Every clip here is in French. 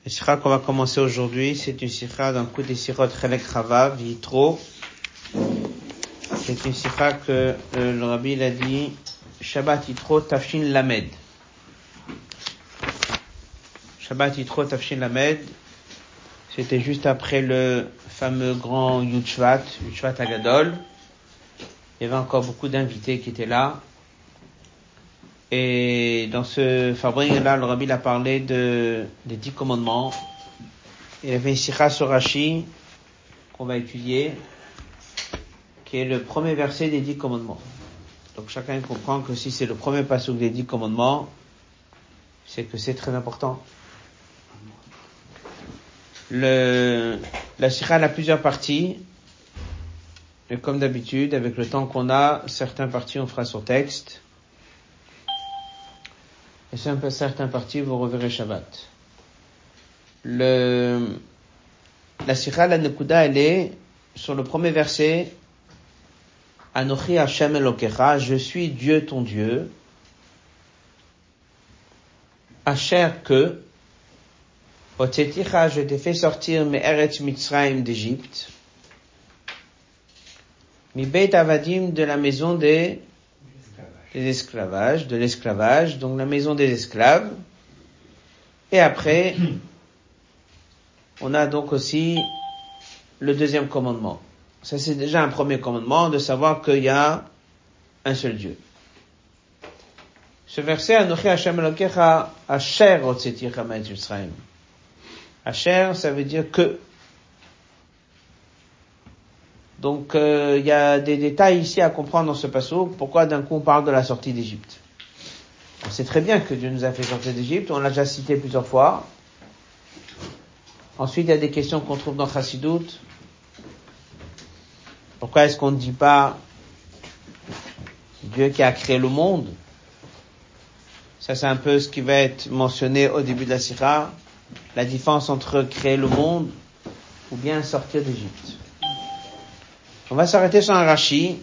La sikha qu'on va commencer aujourd'hui, c'est une sikha d'un coup des sikhot Chelek Chavav, Yitro. C'est une sikha que le rabbi il a dit Shabbat Yitro Tafshin Lamed. Shabbat Yitro Tafshin Lamed. C'était juste après le fameux grand Yud Shvat Agadol. Il y avait encore beaucoup d'invités qui étaient là. Et dans ce fabrique-là, le rabbi a parlé des 10 commandements. Il y avait une sikha sur Rashi qu'on va étudier, qui est le premier verset des 10 commandements. Donc chacun comprend que si c'est le premier pasuk des 10 commandements, c'est que c'est très important. La sikha a plusieurs parties. Et comme d'habitude, avec le temps qu'on a, certaines parties on fera sur texte. Et certaines parties, vous reverrez Shabbat. La sikha, la nekuda, elle est sur le premier verset. Anochi Hashem Elokecha, je suis Dieu ton Dieu. Asher que, Otzeticha, je t'ai fait sortir mes Eretz Mitzrayim d'Égypte. Mi Beit Avadim, de la maison des esclavages, de l'esclavage, donc la maison des esclaves. Et après, on a donc aussi le deuxième commandement. Ça, c'est déjà un premier commandement, de savoir qu'il y a un seul Dieu. Ce verset, Anochi Hashem Elokecha, Asher Otzeticha Me'eretz Mitzrayim. Asher, ça veut dire que. Donc, il y a des détails ici à comprendre dans ce passouk. Pourquoi d'un coup on parle de la sortie d'Égypte? On sait très bien que Dieu nous a fait sortir d'Égypte. On l'a déjà cité plusieurs fois. Ensuite, il y a des questions qu'on trouve dans Chassidut. Pourquoi est-ce qu'on ne dit pas Dieu qui a créé le monde? Ça, c'est un peu ce qui va être mentionné au début de la sikha. La différence entre créer le monde ou bien sortir d'Égypte. On va s'arrêter sur un Rashi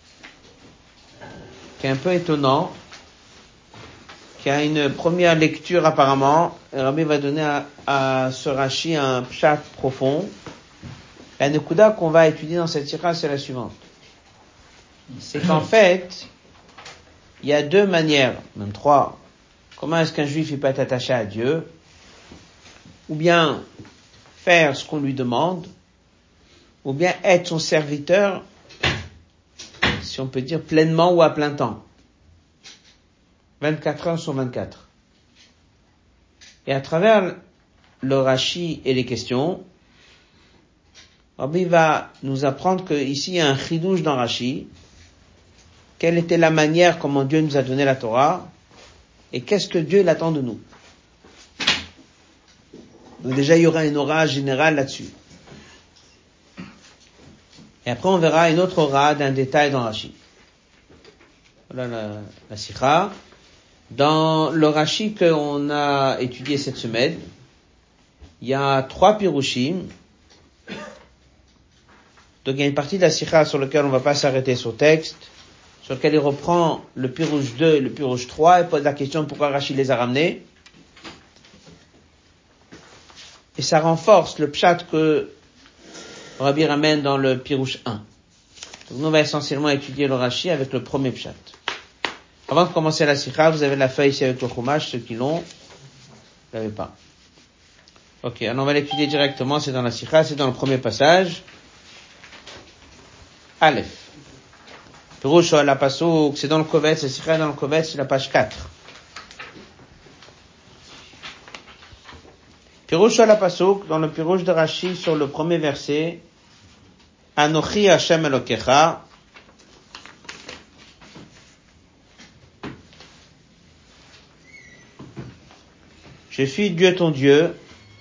qui est un peu étonnant, qui a une première lecture apparemment. Le Rabbi va donner à ce Rashi un pshat profond. La nekuda qu'on va étudier dans cette sikha, c'est la suivante. C'est qu'en fait, il y a deux manières, même trois. Comment est-ce qu'un juif il peut être attaché à Dieu? Ou bien faire ce qu'on lui demande, ou bien être son serviteur, si on peut dire pleinement ou à plein temps. 24 heures sur 24. Et à travers le Rashi et les questions, Rabbi va nous apprendre qu'ici il y a un chidouche dans Rashi. Quelle était la manière comment Dieu nous a donné la Torah, et qu'est-ce que Dieu attend de nous. Donc déjà il y aura une aura générale là-dessus. Et après, on verra une autre aura d'un détail dans Rashi. Voilà la sikha. Dans le Rashi qu'on a étudié cette semaine, il y a 3 pirushim. Donc, il y a une partie de la sikha sur laquelle on va pas s'arrêter sur texte, sur lequel il reprend le pirush 2 et le pirush 3 et pose la question pourquoi Rashi les a ramenés. Et ça renforce le pshat que Rabbi ramène dans le Pirouche 1. Donc nous on va essentiellement étudier le Rashi avec le premier pshat. Avant de commencer la sikha, vous avez la feuille ici avec le chumash, ceux qui l'ont, vous l'avez pas. Ok, alors on va l'étudier directement, c'est dans la sikha, c'est dans le premier passage. Aleph. Pirouche la pasuk, c'est dans le kovetz, la sikha est dans le kovetz, c'est la page 4. Pirouche la pasuk, dans le Pirouche de Rashi, sur le premier verset, Anochi Hashem Elokecha, je suis Dieu ton Dieu,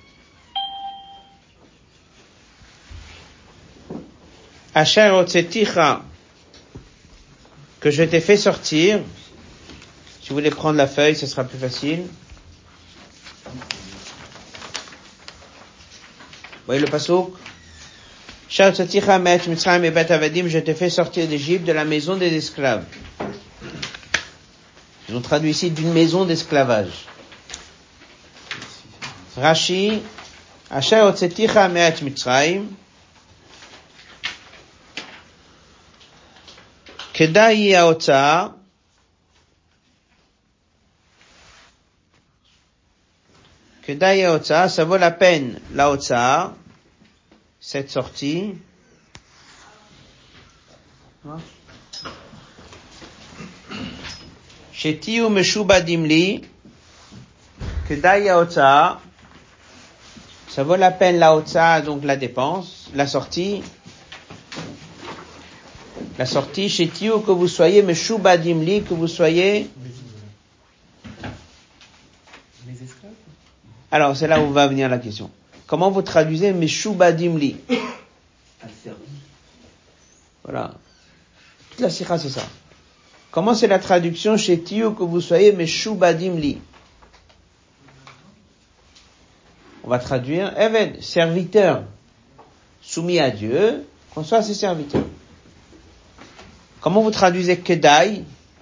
Asher Otzeticha, que je t'ai fait sortir. Si vous voulez prendre la feuille, ce sera plus facile. Vous voyez le pasuk? Asher Otzeticha me'eretz Mitzrayim mi Beit Avadim, je t'ai fait sortir d'Égypte, de la maison des esclaves. Ils ont traduit ici d'une maison d'esclavage. Rashi, Asher hotzeticha me'et Mitzrayim, Kedai haotza, Kedai haotza, ça vaut la peine la haotza, cette sortie. Shetiu meshubadim li, Kedai haotza, ça vaut la peine la haotza, donc la dépense, la sortie. La sortie, chez Tio, que vous soyez meshubadim li, que vous soyez. Les esclaves. Alors, c'est là où va venir la question. Comment vous traduisez meshubadim li? Voilà. Toute la sikha, c'est ça. Comment c'est la traduction chez Tio, que vous soyez meshubadim li? On va traduire Eved, serviteur, soumis à Dieu, qu'on soit ses serviteurs. Comment vous traduisez Kedai?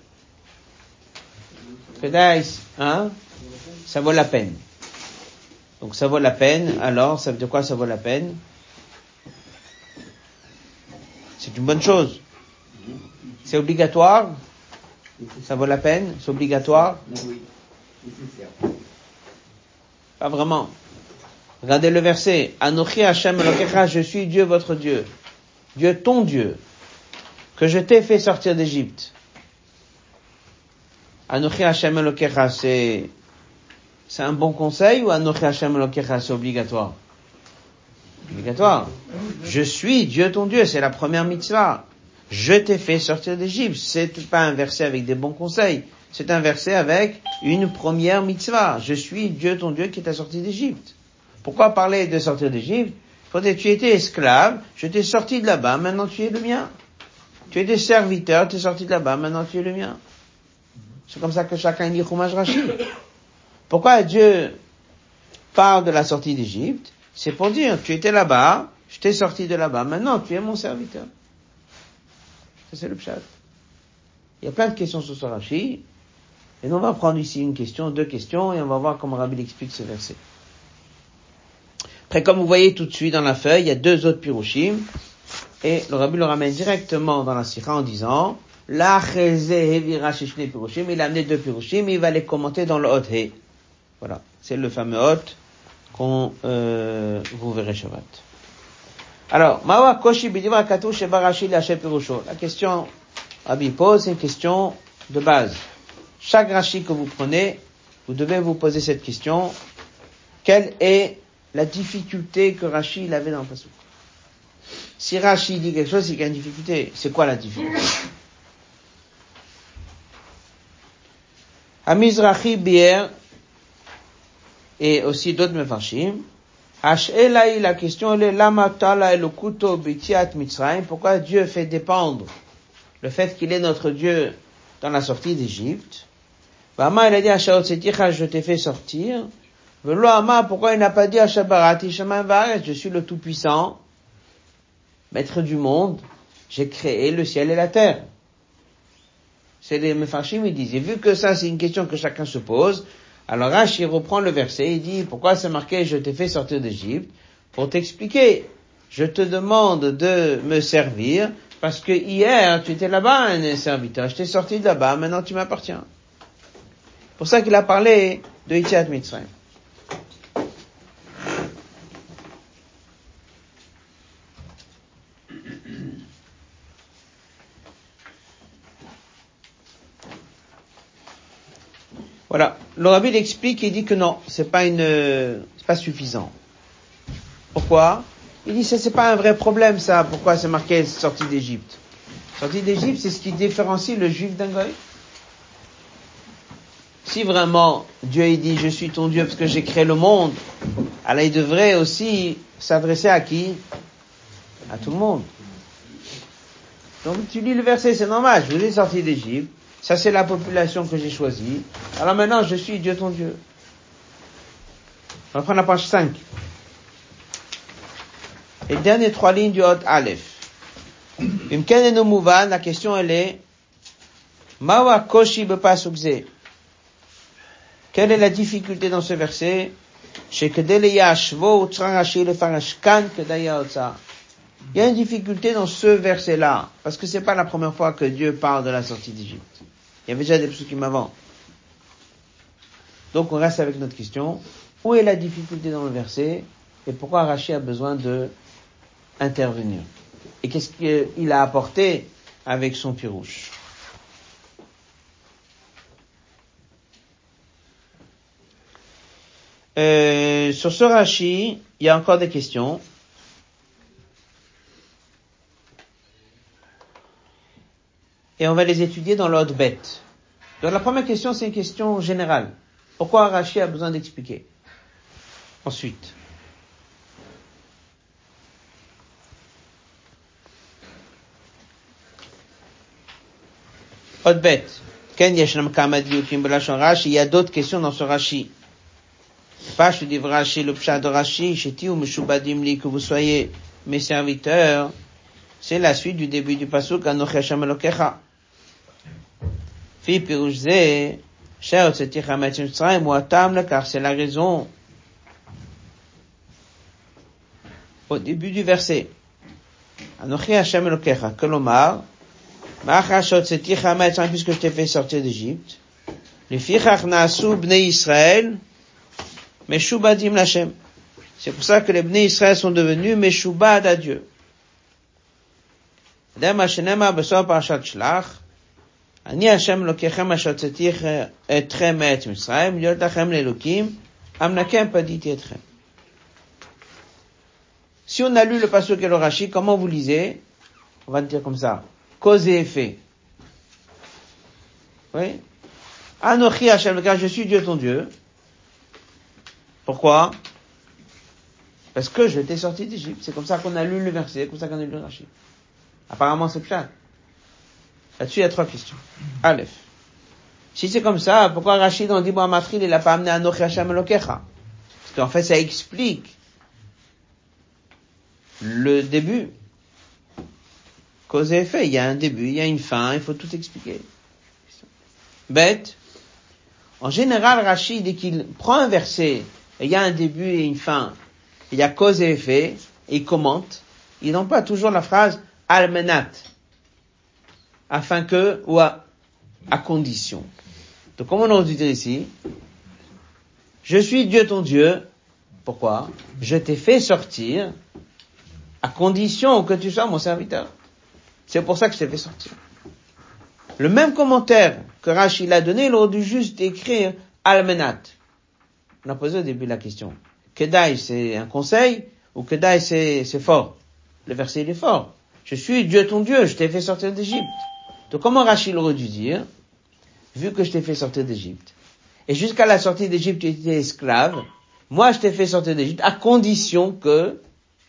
Kedai, hein? Ça vaut la peine. Donc ça vaut la peine, alors ça veut dire quoi ça vaut la peine? C'est une bonne chose. C'est obligatoire? Ça vaut la peine? C'est obligatoire? Pas vraiment. Regardez le verset. Anochi Hashem Elokecha, je suis Dieu votre Dieu. Dieu ton Dieu. Que je t'ai fait sortir d'Égypte. Anochi Hashem Elokecha, c'est un bon conseil ou Anochi Hashem Elokecha, c'est obligatoire? Obligatoire. Je suis Dieu ton Dieu, c'est la première mitzvah. Je t'ai fait sortir d'Égypte. C'est pas un verset avec des bons conseils. C'est un verset avec une première mitzvah. Je suis Dieu ton Dieu qui t'a sorti d'Égypte. Pourquoi parler de sortir d'Égypte? Faut dire, tu étais esclave, je t'ai sorti de là-bas, maintenant tu es le mien. Tu étais serviteur, tu es sorti de là-bas, maintenant tu es le mien. C'est comme ça que chacun lit Chumash Rashi. Pourquoi Dieu parle de la sortie d'Égypte? C'est pour dire, tu étais là-bas, je t'ai sorti de là-bas, maintenant tu es mon serviteur. Ça c'est le pshat. Il y a plein de questions sur ce Rashi, et nous on va prendre ici une question, deux questions, et on va voir comment Rabbi explique ce verset. Après, comme vous voyez tout de suite dans la feuille, il y a deux autres pirushim, et le Rabbi le ramène directement dans la sikha en disant, la cheze hevira shishne pirushim, il a amené deux pirushim, il va les commenter dans le hot he. Voilà. C'est le fameux hot qu'on, vous verrez Shabbat. Alors, mawa koshi bidivra katu sheba Rashi la'asher pirusho. La question, Rabbi pose, c'est une question de base. Chaque Rashi que vous prenez, vous devez vous poser cette question. Quelle est la difficulté que Rashi il avait dans le pasuk? Si Rashi dit quelque chose, c'est qu'il y a une difficulté. C'est quoi la difficulté? Hamizrachi bier, et aussi d'autres mefarshim. Hash'elai, la question elle est, lama ta'ala elokuto b'tiat Mitzrayim, pourquoi Dieu fait dépendre le fait qu'il est notre Dieu dans la sortie d'Égypte? Vama, il a dit à Shaotseticha, je t'ai fait sortir. Velo Ama, pourquoi il n'a pas dit à Shabarati Shamayim Va'aretz, je suis le Tout-Puissant, maître du monde, j'ai créé le ciel et la terre. C'est les Mefarshim, ils disent, et vu que ça c'est une question que chacun se pose, alors Rashi reprend le verset, il dit, pourquoi c'est marqué, je t'ai fait sortir d'Égypte? Pour t'expliquer. Je te demande de me servir, parce que hier, tu étais là-bas, un serviteur, je t'ai sorti de là-bas, maintenant tu m'appartiens. Pour ça qu'il a parlé de Yetziat Mitzrayim. Voilà. Le Rabbi l'explique et dit que non, c'est pas suffisant. Pourquoi? Il dit ça c'est pas un vrai problème ça. Pourquoi c'est marqué sortie d'Égypte? Sortie d'Égypte, c'est ce qui différencie le juif d'un goy. Si vraiment Dieu il dit je suis ton Dieu parce que j'ai créé le monde, alors il devrait aussi s'adresser à qui? À tout le monde. Donc tu lis le verset, c'est normal, je vous ai sorti d'Égypte. Ça, c'est la population que j'ai choisie. Alors maintenant, je suis Dieu ton Dieu. On va prendre la page 5. Les dernières trois lignes du Hot Aleph. Imken eno muvan, la question elle est, Mawa koshi bepasuk ze. Quelle est la difficulté dans ce verset? Il y a une difficulté dans ce verset-là, parce que c'est pas la première fois que Dieu parle de la sortie d'Égypte. Il y avait déjà des psukim avant. Donc on reste avec notre question. Où est la difficulté dans le verset et pourquoi Rashi a besoin de intervenir? Et qu'est-ce qu'il a apporté avec son pirouche? Sur ce Rashi, il y a encore des questions. Et on va les étudier dans l'ordre bête. Donc la première question, c'est une question générale. Pourquoi Rashi a besoin d'expliquer? Ensuite. Ordre bête. Il y a d'autres questions dans ce Rashi. Pas je dis Rashi, le pshat de Rashi, Sheti ou Meshubadim li, que vous soyez mes serviteurs. C'est la suite du début du pasuk, Anochi Hashem Elokecha. Fi pirush ze, Sher Tzeticha Mitzrayim Muatam car c'est la raison. Au début du verset. Anochi Hashem Elokecha, que l'omar, Ma'acha Tzeticha Mitzrayim, puisque je t'ai fait sortir d'Égypte. Les fichach na'asu bnei Israël, Meshubadim l'Hashem. C'est pour ça que les bnei Israël sont devenus Meshubad à Dieu. Dema shenema besor parashat Shlach. Ani Hashem lokechem asher tzatich etchem me'etz Mitzrayim, להיות לכם לאלוקים, amnakem paditi etchem. Si on a lu le pasuk et le Rashi, comment vous lisez? On va dire comme ça. Cause et effet. Oui? Anochi Hashem, car je suis Dieu ton Dieu. Pourquoi? Parce que je t'ai sorti d'Égypte. C'est comme ça qu'on a lu le verset, c'est comme ça qu'on a lu le Rashi. Apparemment, c'est plat. Là-dessus, il y a 3 questions. Aleph. Si c'est comme ça, pourquoi Rachid, on dit, bon, Matril, il a pas amené Anochi Hashem Elokecha? Parce qu'en fait, ça explique le début. Cause et effet. Il y a un début, il y a une fin, il faut tout expliquer. Bête. En général, Rachid, dès qu'il prend un verset, et il y a un début et une fin, il y a cause et effet, et il commente, il n'emploie pas toujours la phrase almenat, afin que, ou à condition. Donc, comment on aurait dû dire ici? Je suis Dieu ton Dieu. Pourquoi? Je t'ai fait sortir, à condition que tu sois mon serviteur. C'est pour ça que je t'ai fait sortir. Le même commentaire que Rashi l'a donné, il aurait dû juste écrire almenat. On a posé au début la question. Kedai, c'est un conseil, ou Kedai, c'est fort. Le verset, il est fort. Je suis Dieu ton Dieu, je t'ai fait sortir d'Égypte. Donc comment Rachid aurait dû dire, vu que je t'ai fait sortir d'Égypte, et jusqu'à la sortie d'Égypte tu étais esclave, moi je t'ai fait sortir d'Égypte à condition que,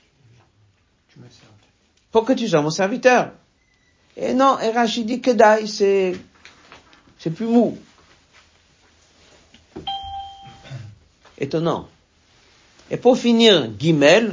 pour que tu sois mon serviteur. Et non, et Rachid dit que Kedai, c'est plus mou. Étonnant. Et pour finir, Gimel,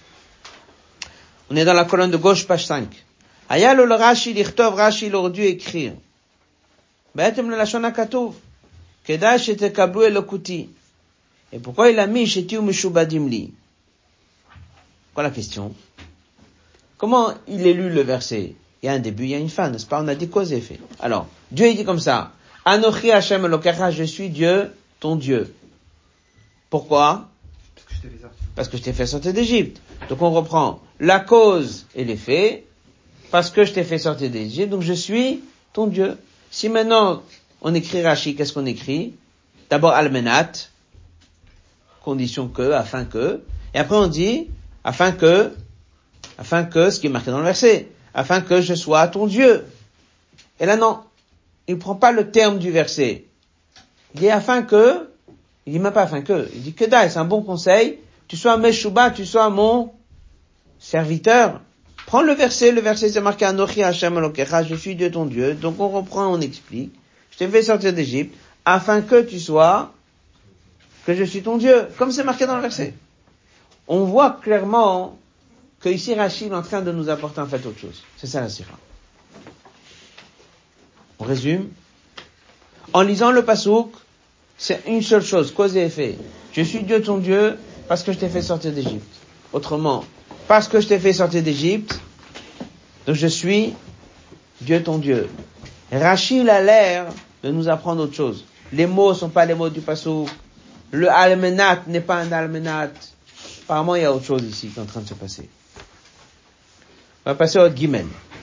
on est dans la colonne de gauche, page 5. Ayalo le Rashi, l'Ichtov, Rashi, il aurait dû écrire. Ba'etem le Lashon HaKatuv. Kedai shetekablu elokuti. Et pourquoi il a mis Shetiu Meshubadim li? Quoi la question? Comment il est lu le verset? Il y a un début, il y a une fin, n'est-ce pas? On a dit cause et effet. Alors, Dieu il dit comme ça. Anochi Hashem Elokecha, je suis Dieu, ton Dieu. Pourquoi? Parce que je t'ai fait sortir d'Égypte. Donc on reprend la cause et l'effet, parce que je t'ai fait sortir d'Égypte, donc je suis ton Dieu. Si maintenant on écrit Rashi, qu'est-ce qu'on écrit? D'abord almenat, condition que, afin que, et après on dit afin que, ce qui est marqué dans le verset, afin que je sois ton Dieu. Et là non, il ne prend pas le terme du verset. Il dit afin que, il dit même pas afin que, il dit que daï, c'est un bon conseil, tu sois Meshuba, tu sois mon serviteur. Prends le verset c'est marqué Anochi Hashem Elokecha, je suis Dieu ton Dieu. Donc on reprend, on explique. Je t'ai fait sortir d'Égypte, afin que tu sois, que je suis ton Dieu. Comme c'est marqué dans le verset. On voit clairement que ici Rachid est en train de nous apporter en fait autre chose. C'est ça la sira. On résume. En lisant le pasouk, C'est une seule chose, cause et effet. Je suis Dieu ton Dieu parce que je t'ai fait sortir d'Égypte. Autrement, parce que je t'ai fait sortir d'Égypte, donc je suis Dieu ton Dieu. Rashi, il a l'air de nous apprendre autre chose. Les mots sont pas les mots du passouk. Le almenat n'est pas un almenat. Apparemment, il y a autre chose ici qui est en train de se passer. On va passer au Gimel.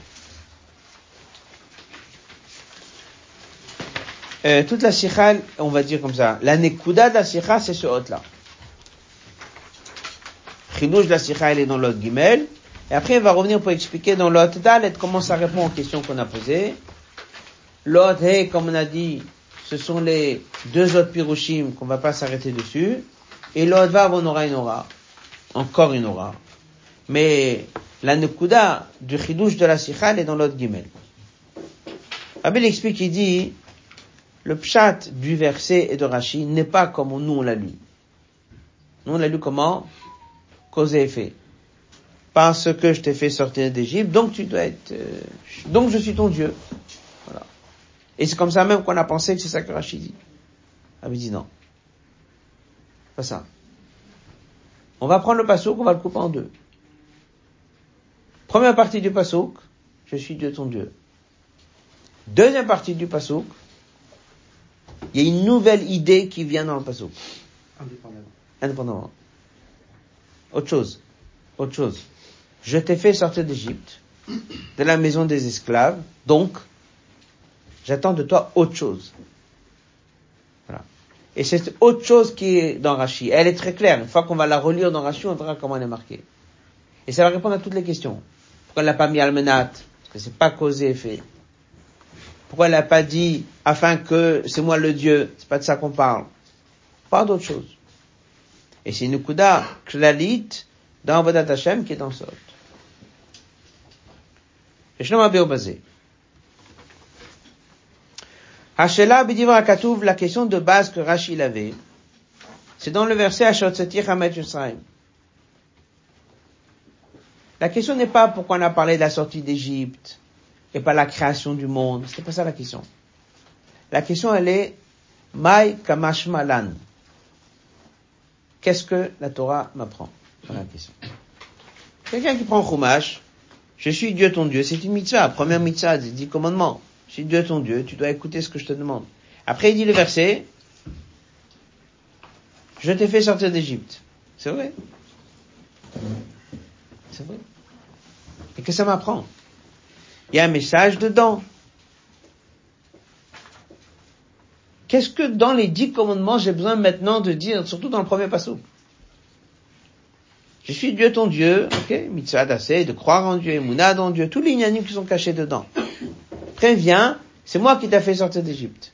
Toute la sikha, on va dire comme ça. La nekuda de la sikha, c'est ce hôte-là. Chidouche de la sikha, elle est dans l'autre Gimel. Et après, il va revenir pour expliquer dans l'autre Dalet comment ça répond aux questions qu'on a posées. L'autre He, comme on a dit, ce sont les deux autres pirushim qu'on va pas s'arrêter dessus. Et l'autre Vav, on aura une aura. Encore une aura. Mais la nekuda du chidouche de la sikha, elle est dans l'autre Gimel. Rabbi l'explique, il dit, le pshat du verset et de Rashi n'est pas comme nous on l'a lu. Nous on l'a lu comment? Cause et effet. Parce que je t'ai fait sortir d'Égypte, donc tu dois être, donc je suis ton Dieu. Voilà. Et c'est comme ça même qu'on a pensé que c'est ça que Rashi dit. Rabbi dit non. Pas ça. On va prendre le passouk, on va le couper en deux. Première partie du passouk, je suis Dieu ton Dieu. Deuxième partie du passouk, il y a une nouvelle idée qui vient dans le passouk. Indépendamment. Autre chose. Je t'ai fait sortir d'Égypte, de la maison des esclaves, donc, j'attends de toi autre chose. Voilà. Et c'est autre chose qui est dans Rashi. Elle est très claire. Une fois qu'on va la relire dans Rashi, on verra comment elle est marquée. Et ça va répondre à toutes les questions. Pourquoi elle n'a pas mis Almenat? Parce que c'est pas causé effet. Pourquoi elle n'a pas dit, afin que c'est moi le Dieu? C'est pas de ça qu'on parle. Pas d'autre chose. Et c'est une kuda klalit dans Avodat Hashem qui est dans ce hôte. Et je l'ai basé. Hashela b'divra katouv, la question de base que Rashi avait, c'est dans le verset Hashotzetir Hamet Yisrael. La question n'est pas pourquoi on a parlé de la sortie d'Égypte et pas la création du monde. C'est pas ça la question. La question elle est Mai Kamash Malan. Qu'est-ce que la Torah m'apprend? Voilà la question. Quelqu'un qui prend Chumash, je suis Dieu ton Dieu, c'est une mitzvah, première mitzvah, des 10 commandements. Je suis Dieu ton Dieu, tu dois écouter ce que je te demande. Après il dit le verset, je t'ai fait sortir d'Égypte. C'est vrai. C'est vrai. Et que ça m'apprend? Il y a un message dedans. Qu'est-ce que dans les 10 commandements j'ai besoin maintenant de dire, surtout dans le premier passage? Je suis Dieu ton Dieu, ok, mitzvah d'assez, de croire en Dieu, émouna en Dieu, tous les ignanim qui sont cachés dedans. Préviens, c'est moi qui t'ai fait sortir d'Égypte.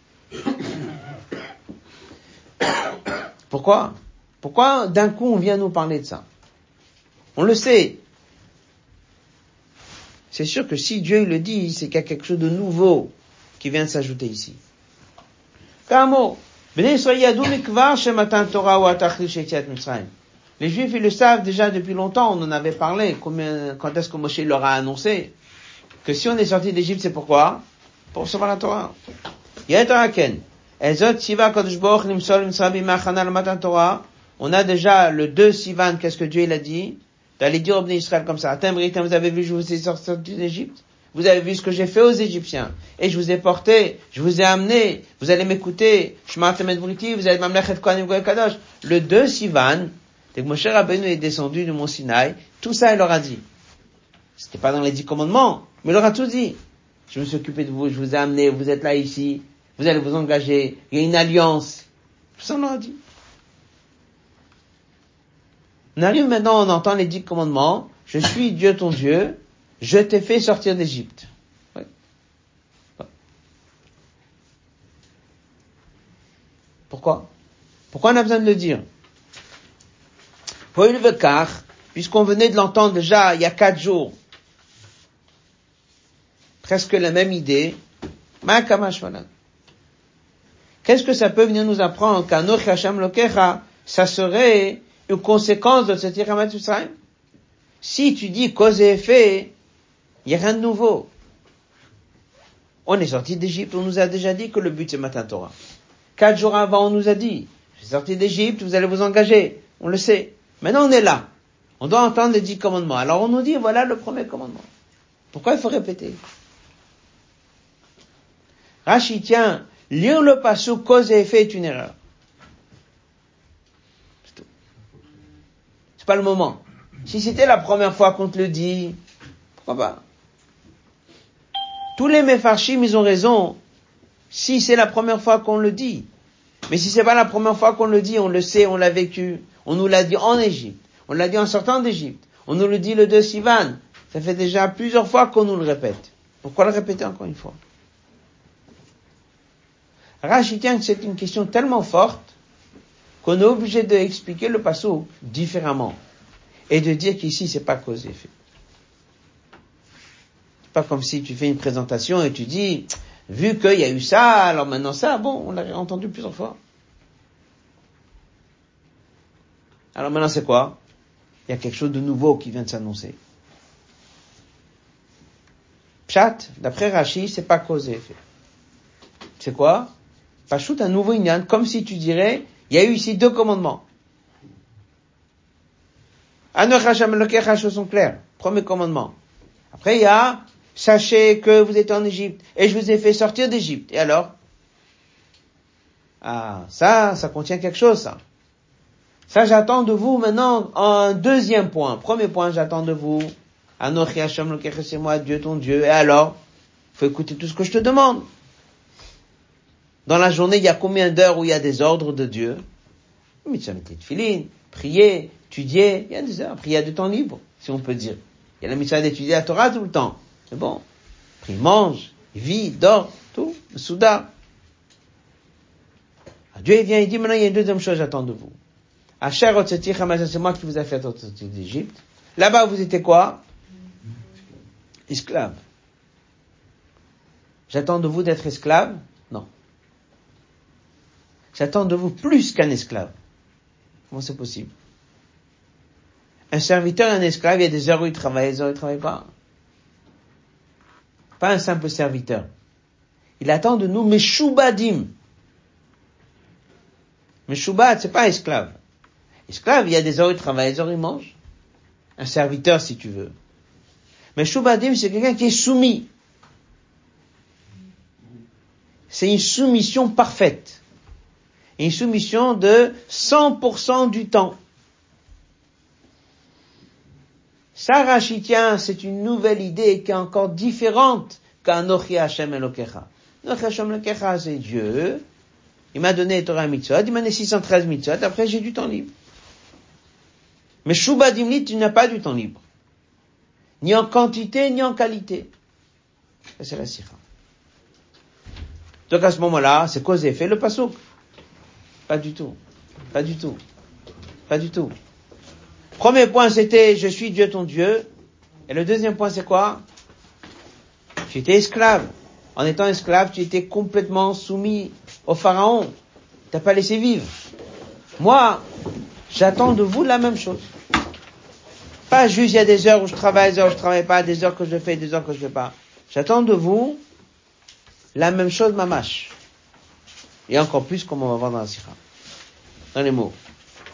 Pourquoi? Pourquoi d'un coup on vient nous parler de ça? On le sait. C'est sûr que si Dieu le dit, c'est qu'il y a quelque chose de nouveau qui vient de s'ajouter ici. Kamo, les Juifs, ils le savent déjà depuis longtemps, on en avait parlé, quand est-ce que Moshe leur a annoncé que si on est sorti d'Égypte, c'est pourquoi? Pour recevoir la Torah. On a déjà le 2 Sivan, qu'est-ce que Dieu il a dit? D'aller dire au Bnei Israël comme ça, vous avez vu, je vous ai sorti d'Égypte? Vous avez vu ce que j'ai fait aux Égyptiens? Et je vous ai porté, je vous ai amené, vous allez m'écouter, vous allez m'amlechet Kohanim Goy Kadosh. Le 2 Sivan, dès que Moshe Rabbeinu est descendu du mont Sinaï, tout ça il leur a dit. C'était pas dans les 10 commandements, mais il leur a tout dit. Je me suis occupé de vous, je vous ai amené, vous êtes là ici, vous allez vous engager, il y a une alliance. Tout ça on leur a dit. On arrive maintenant, on entend les 10 commandements. Je suis Dieu ton Dieu. Je t'ai fait sortir d'Égypte. Ouais. Ouais. Pourquoi on a besoin de le dire? Puisqu'on venait de l'entendre déjà il y a 4 jours. Presque la même idée. Qu'est-ce que ça peut venir nous apprendre? Qu'Anoch Hashem Lokecha, ça serait une conséquence de cette Hamet Yisrael. Si tu dis cause et effet, il n'y a rien de nouveau. On est sorti d'Égypte, on nous a déjà dit que le but c'est Matan Torah. 4 jours avant, on nous a dit, je suis sorti d'Égypte, vous allez vous engager. On le sait. Maintenant, on est là. On doit entendre les 10 commandements. Alors, on nous dit, voilà le premier commandement. Pourquoi il faut répéter? Rashi, tiens, lire le passouk cause et effet est une erreur. C'est tout. C'est pas le moment. Si c'était la première fois qu'on te le dit, pourquoi pas? Tous les mefarshim, ils ont raison. Si c'est la première fois qu'on le dit. Mais si c'est pas la première fois qu'on le dit, on le sait, on l'a vécu. On nous l'a dit en Égypte. On l'a dit en sortant d'Égypte. On nous le dit le 2 Sivan. Ça fait déjà plusieurs fois qu'on nous le répète. Pourquoi le répéter encore une fois? Rashi tient que c'est une question tellement forte qu'on est obligé d'expliquer le passouk différemment. Et de dire qu'ici, c'est pas cause et effet. C'est pas comme si tu fais une présentation et tu dis, vu qu'il y a eu ça, alors maintenant ça, bon, on l'a entendu plusieurs fois. Alors maintenant c'est quoi? Il y a quelque chose de nouveau qui vient de s'annoncer. Pshat, d'après Rashi, c'est pas cause et effet. C'est quoi? Pachout, un nouveau inyan, comme si tu dirais, il y a eu ici 2 commandements. Anoch Hashem Elokecha, choses sont claires. Premier commandement. Après, il y a, sachez que vous êtes en Égypte, et je vous ai fait sortir d'Égypte. Et alors? Ah, ça contient quelque chose, ça. Ça, j'attends de vous maintenant un deuxième point. Premier point, j'attends de vous. Anoch Hashem Elokecha, c'est moi, Dieu ton Dieu. Et alors? Faut écouter tout ce que je te demande. Dans la journée, il y a combien d'heures où il y a des ordres de Dieu? Mitzvah de tefilin, prier, étudier, il y a des heures. Après, il y a du temps libre, si on peut dire. Il y a la mitzvah d'étudier la Torah tout le temps. C'est bon. Après, il mange, il vit, dort, tout, le souda. Dieu, il vient, il dit, maintenant, il y a une deuxième chose, j'attends de vous. Asher otzeti chamash, c'est moi qui vous ai fait sortir d'Égypte. Là-bas, vous étiez quoi? Esclaves. J'attends de vous d'être esclaves? Non. J'attends de vous plus qu'un esclave. Comment c'est possible? Un serviteur et un esclave, il y a des heures où il travaille, des heures où il travaille pas. Pas un simple serviteur. Il attend de nous Meshubadim. Meshubad, c'est pas esclave. Esclave, il y a des heures où il travaille, des heures où il mange. Un serviteur, si tu veux. Meshubadim, c'est quelqu'un qui est soumis. C'est une soumission parfaite. Une soumission de 100% du temps. Ça, Rashi, tiens, c'est une nouvelle idée qui est encore différente qu'Anochi Hashem Elokecha. Anochi Hashem Elokecha, c'est Dieu. Il m'a donné Torah mitzvot, il m'a donné 613 mitzvot, après j'ai du temps libre. Mais Shuba Dimli, tu n'as pas du temps libre. Ni en quantité, ni en qualité. Ça, c'est la sikha. Donc à ce moment-là, c'est cause et effet le passouk. Pas du tout. Pas du tout. Pas du tout. Premier point, c'était, je suis Dieu ton Dieu. Et le deuxième point, c'est quoi? Tu étais esclave. En étant esclave, tu étais complètement soumis au pharaon. T'as pas laissé vivre. Moi, j'attends de vous la même chose. Pas juste, il y a des heures où je travaille, des heures où je travaille pas, des heures que je fais, des heures que je fais pas. J'attends de vous la même chose, mamash. Et encore plus, comme on va voir dans la sikha. Dans les mots.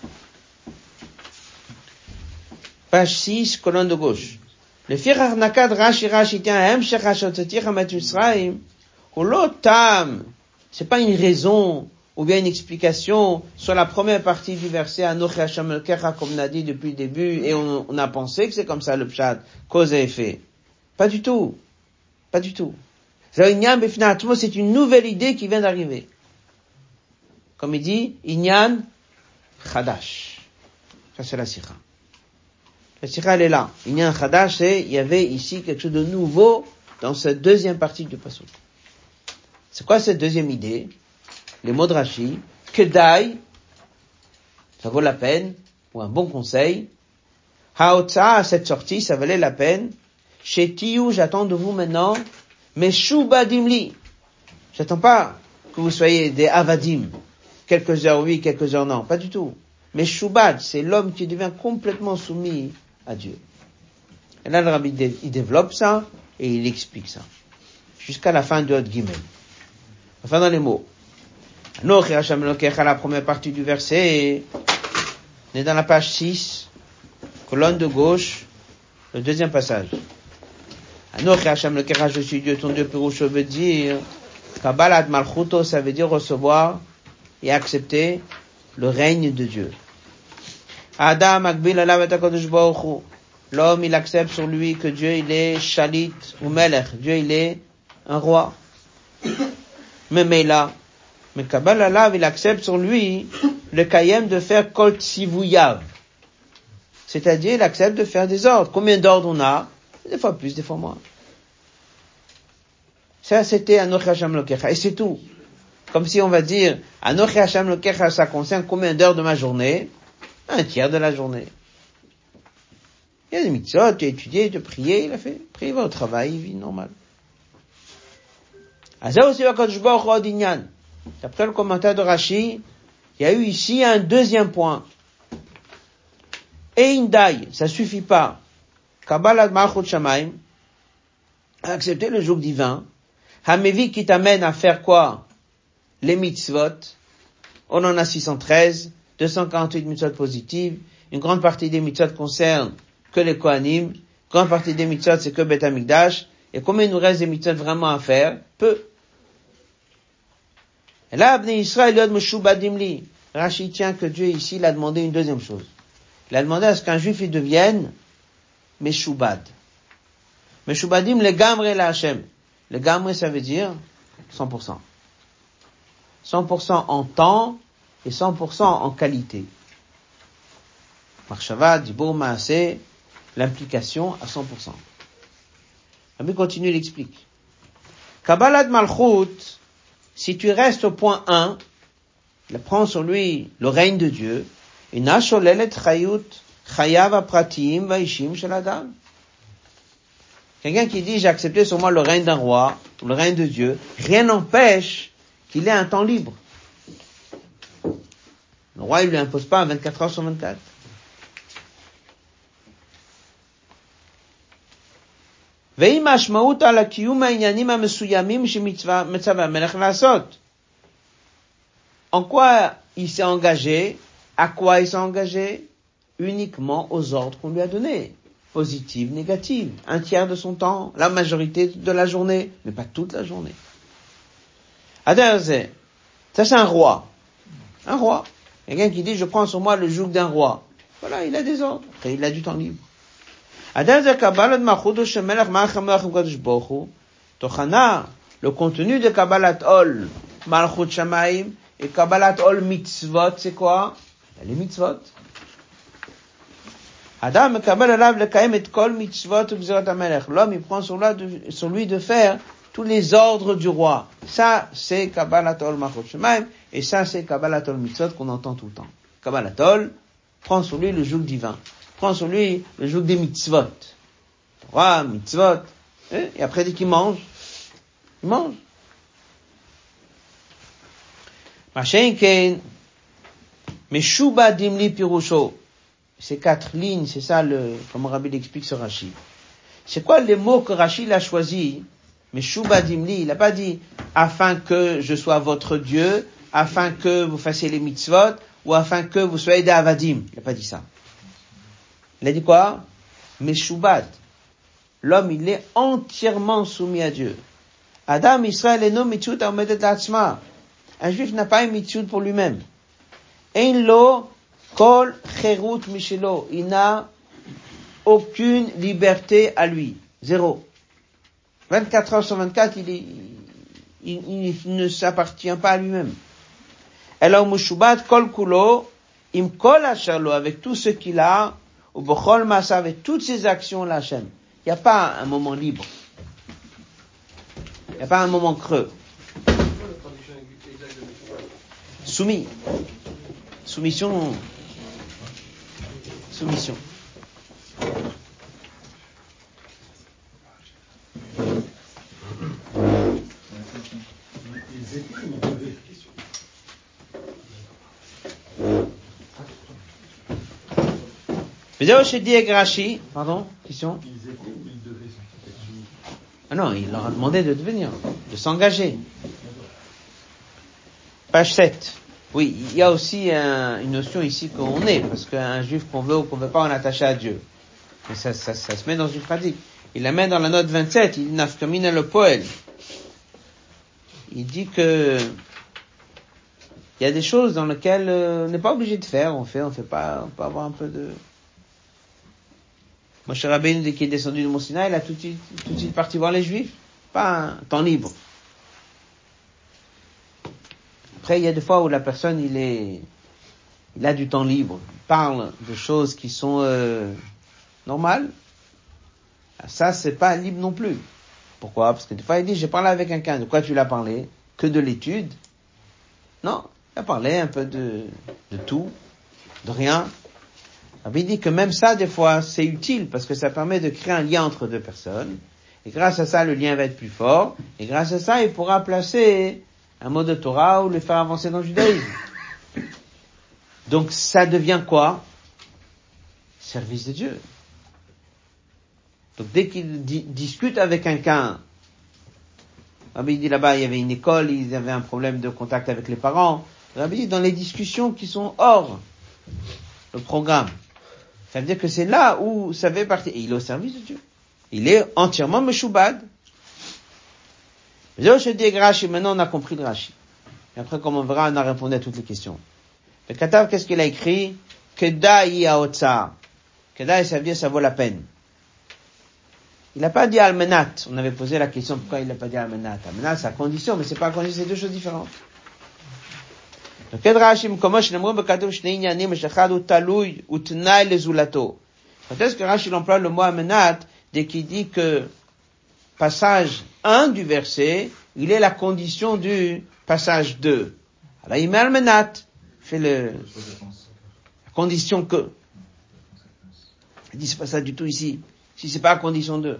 Page 6, colonne de gauche. Le firar nakad Rashi tient hem shechashotzeti chamet Yisraim, ou l'otam. C'est pas une raison, ou bien une explication sur la première partie du verset Anochi Hashem Elokecha, comme on a dit depuis le début, et on a pensé que c'est comme ça le pshat, cause et effet. Pas du tout. Pas du tout. C'est une nouvelle idée qui vient d'arriver. Comme il dit, Inyan Chadash. Ça c'est la sikha. La sikha elle est là. Inyan Chadash, c'est, il y avait ici quelque chose de nouveau dans cette deuxième partie du pasuk. C'est quoi cette deuxième idée? Les mots de Rashi, Kedai, ça vaut la peine, ou un bon conseil. Haotza, cette sortie, ça valait la peine. Chez Tiyu, j'attends de vous maintenant, mais Shubadimli. J'attends pas que vous soyez des Avadim. Quelques heures oui, quelques heures non. Pas du tout. Mais Shubad, c'est l'homme qui devient complètement soumis à Dieu. Et là, le rabbi, il développe ça, et il explique ça. Jusqu'à la fin de Hot Gimel. Enfin, dans les mots. Anochi Hashem Elokecha, la première partie du verset, on est dans la page 6, colonne de gauche, le deuxième passage. Anochi Hashem Elokecha, je suis Dieu, ton Dieu, Pérusho veut dire, Kabbalat Malchuto, ça veut dire recevoir et accepter le règne de Dieu. Adam Akbil Alav et HaKadosh Baruch Hu. L'homme, il accepte sur lui que Dieu, il est Shalit ou Melech. Dieu, il est un roi. Mais là, mais Kabbalat Alav, il accepte sur lui le Kayem de faire Kol Tzivouyav. C'est-à-dire, il accepte de faire des ordres. Combien d'ordres on a? Des fois plus, des fois moins. Ça, c'était Anochi Hashem Elokecha. Et c'est tout. Comme si on va dire, Anochi Hashem Elokecha, ça concerne combien d'heures de ma journée? Un tiers de la journée. Il y a des mitzvot, tu as étudié, tu as prié, il a fait. Après, il va au travail, il vit normal. D'après le commentaire de Rashi, il y a eu ici un deuxième point. Eindai, ça suffit pas. Kabbalat Malchut Shamaim, accepter le joug divin. Hamevi qui t'amène à faire quoi? Les mitzvot. On en a 613, 248 mitzvot positives. Une grande partie des mitzvot concernent que les Kohanim. Une grande partie des mitzvot, c'est que Beth Amikdash. Et combien il nous reste des mitzvot vraiment à faire? Peu. Et là, Bnei Yisraël yod meshubadim li. Rashi tient que Dieu ici, il a demandé une deuxième chose. Il a demandé à ce qu'un juif, il devienne meshubad. Meshubadim le gamre la Hashem. Le gamre, ça veut dire 100%. 100% en temps et 100% en qualité. Marshava, Dibur, Maaseh, l'implication à 100%. Rabbi continue, il explique. Kabbalat Malchut, si tu restes au point 1, il prend sur lui le règne de Dieu, Ina sholelet chayut, chayav apratim vaishim shel adam. Quelqu'un qui dit, j'ai accepté sur moi le règne d'un roi, le règne de Dieu, rien n'empêche qu'il ait un temps libre. Le roi, il lui impose pas 24 heures sur 24. En quoi il s'est engagé? À quoi il s'est engagé? Uniquement aux ordres qu'on lui a donnés. Positive, négative. Un tiers de son temps, la majorité de la journée, mais pas toute la journée. Ça c'est un roi. Un roi. Quelqu'un qui dit, je prends sur moi le joug d'un roi. Voilà, il a des ordres. Après, il a du temps libre. Le contenu de Kabbalat Ol Malchut Shamaim et Kabbalat Ol Mitzvot, c'est quoi? Les mitzvot. Adam Kabbalat Alav le Kaim et Kol Mitzvot Ugzerat HaMelech. L'homme, il prend sur lui de faire tous les ordres du roi. Ça, c'est Kabbalat Ol Malchut Shamaim, et ça, c'est Kabbalat Ol Mitzvot qu'on entend tout le temps. Kabbalat Ol prend sur lui le joug divin. Prend sur lui le joug des mitzvot. Roi, mitzvot. Et après, dès qu'il mange, il mange. Machenken, Meshuba Dimli Pirusho. Ces 4 lignes, c'est ça comme Rabbi l'explique sur Rashi. C'est quoi les mots que Rashi a choisi? Meshuba Dimli, il n'a pas dit, afin que je sois votre Dieu, afin que vous fassiez les mitzvot, ou afin que vous soyez des avadim. Il n'a pas dit ça. Il a dit quoi? Meshubad. L'homme, il est entièrement soumis à Dieu. Adam, Israël, eno mitzvot aomedet la'atzma. Un juif n'a pas une mitzvot pour lui-même. Ein lo kol cherut mishelo. Il n'a aucune liberté à lui. Zéro. 24 heures sur 24, il ne s'appartient pas à lui-même. Elo mushubat kol kulo, im kol asher lo, avec tout ce qu'il a, ou bechol masa, avec toutes ses actions, la Hashem. Il n'y a pas un moment libre. Il n'y a pas un moment creux. Soumis. Soumission. Soumission. Vidéo chez Dieg Rashi. Pardon? Question? Ah non, il leur a demandé de devenir, de s'engager. Page 7. Oui, il y a aussi une notion ici qu'on est, parce qu'un juif qu'on veut ou qu'on veut pas, on est attaché à Dieu. Mais ça se met dans une pratique. Il la met dans la note 27, il dit nafkamina le poel. Il dit que il y a des choses dans lesquelles on n'est pas obligé de faire, on fait pas, on peut avoir un peu de... Moshe Rabbeinu, dès qu'il est descendu de Mont Sinaï, il a tout de suite parti voir les Juifs. Pas un temps libre. Après, il y a des fois où la personne, il a du temps libre. Il parle de choses qui sont normales. Ça, c'est pas libre non plus. Pourquoi? Parce que des fois, il dit, j'ai parlé avec quelqu'un. De quoi tu l'as parlé? Que de l'étude? Non. Il a parlé un peu de tout, de rien. Il dit que même ça, des fois, c'est utile parce que ça permet de créer un lien entre deux personnes. Et grâce à ça, le lien va être plus fort. Et grâce à ça, il pourra placer un mot de Torah ou le faire avancer dans le judaïsme. Donc, ça devient quoi? Service de Dieu. Donc, dès qu'il discute avec quelqu'un, Rabbi dit là-bas, il y avait une école, ils avaient un problème de contact avec les parents. Rabbi dit, dans les discussions qui sont hors le programme, ça veut dire que c'est là où ça fait partie. Et il est au service de Dieu. Il est entièrement Meshoubad. Je dis Rashi, maintenant on a compris le Rashi. Et après, comme on verra, on a répondu à toutes les questions. Le Katav, qu'est-ce qu'il a écrit? Kedai haotzar. Kedai, ça veut dire ça vaut la peine. Il n'a pas dit almenat. On avait posé la question pourquoi il n'a pas dit almenat. Almenat, c'est la condition, mais c'est pas la condition, c'est deux choses différentes. Donc, Rashi, comment je n'aimerais pas que je n'ai ni meshachad ou taloui ou t'nai les zulato. Quand est-ce que Rashi emploie le mot almenat dès qu'il dit que passage 1 du verset, il est la condition du passage 2. Alors, il met almenat. Fait la condition que. Il dit c'est pas ça du tout ici. Si c'est pas la condition 2.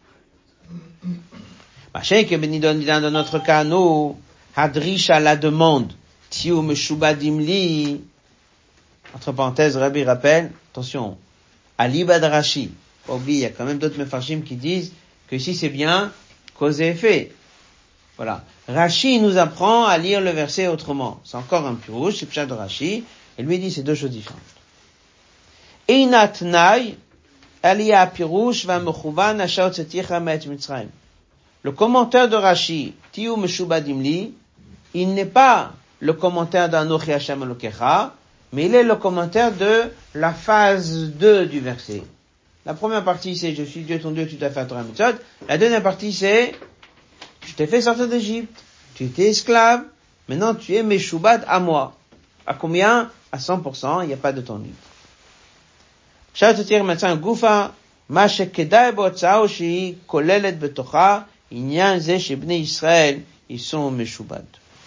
Machin que Benidon dit dans notre cas, nous, hadrisha la demande, tiou meshubadim li, entre parenthèses, Rabbi rappelle, attention, alibad Rashi, oublie, il y a quand même d'autres mefarshim qui disent que ici c'est bien cause et effet. Voilà. Rashi nous apprend à lire le verset autrement. C'est encore un pirouche, c'est pshat de Rashi, et lui dit c'est deux choses différentes. Einat nai, aliyah pirouche va mechuvan ashaot seticha met mitzrayim. Le commentaire de Rashi, Tiou Meshubadim li, il n'est pas le commentaire d'Anochi Hashem Elokecha, mais il est le commentaire de la phase 2 du verset. La première partie c'est je suis Dieu ton Dieu, tu t'as fait un Torah Mitzvot. La deuxième partie c'est je t'ai fait sortir d'Égypte, tu étais esclave, maintenant tu es Meshubad à moi. À combien? À 100%, il n'y a pas de temps libre. Chatetir maintenant Goufa, Ma shekedai bo'tzao shi kolelet betocha, Inyan ze shebnei Israël, ils sont Meshubad.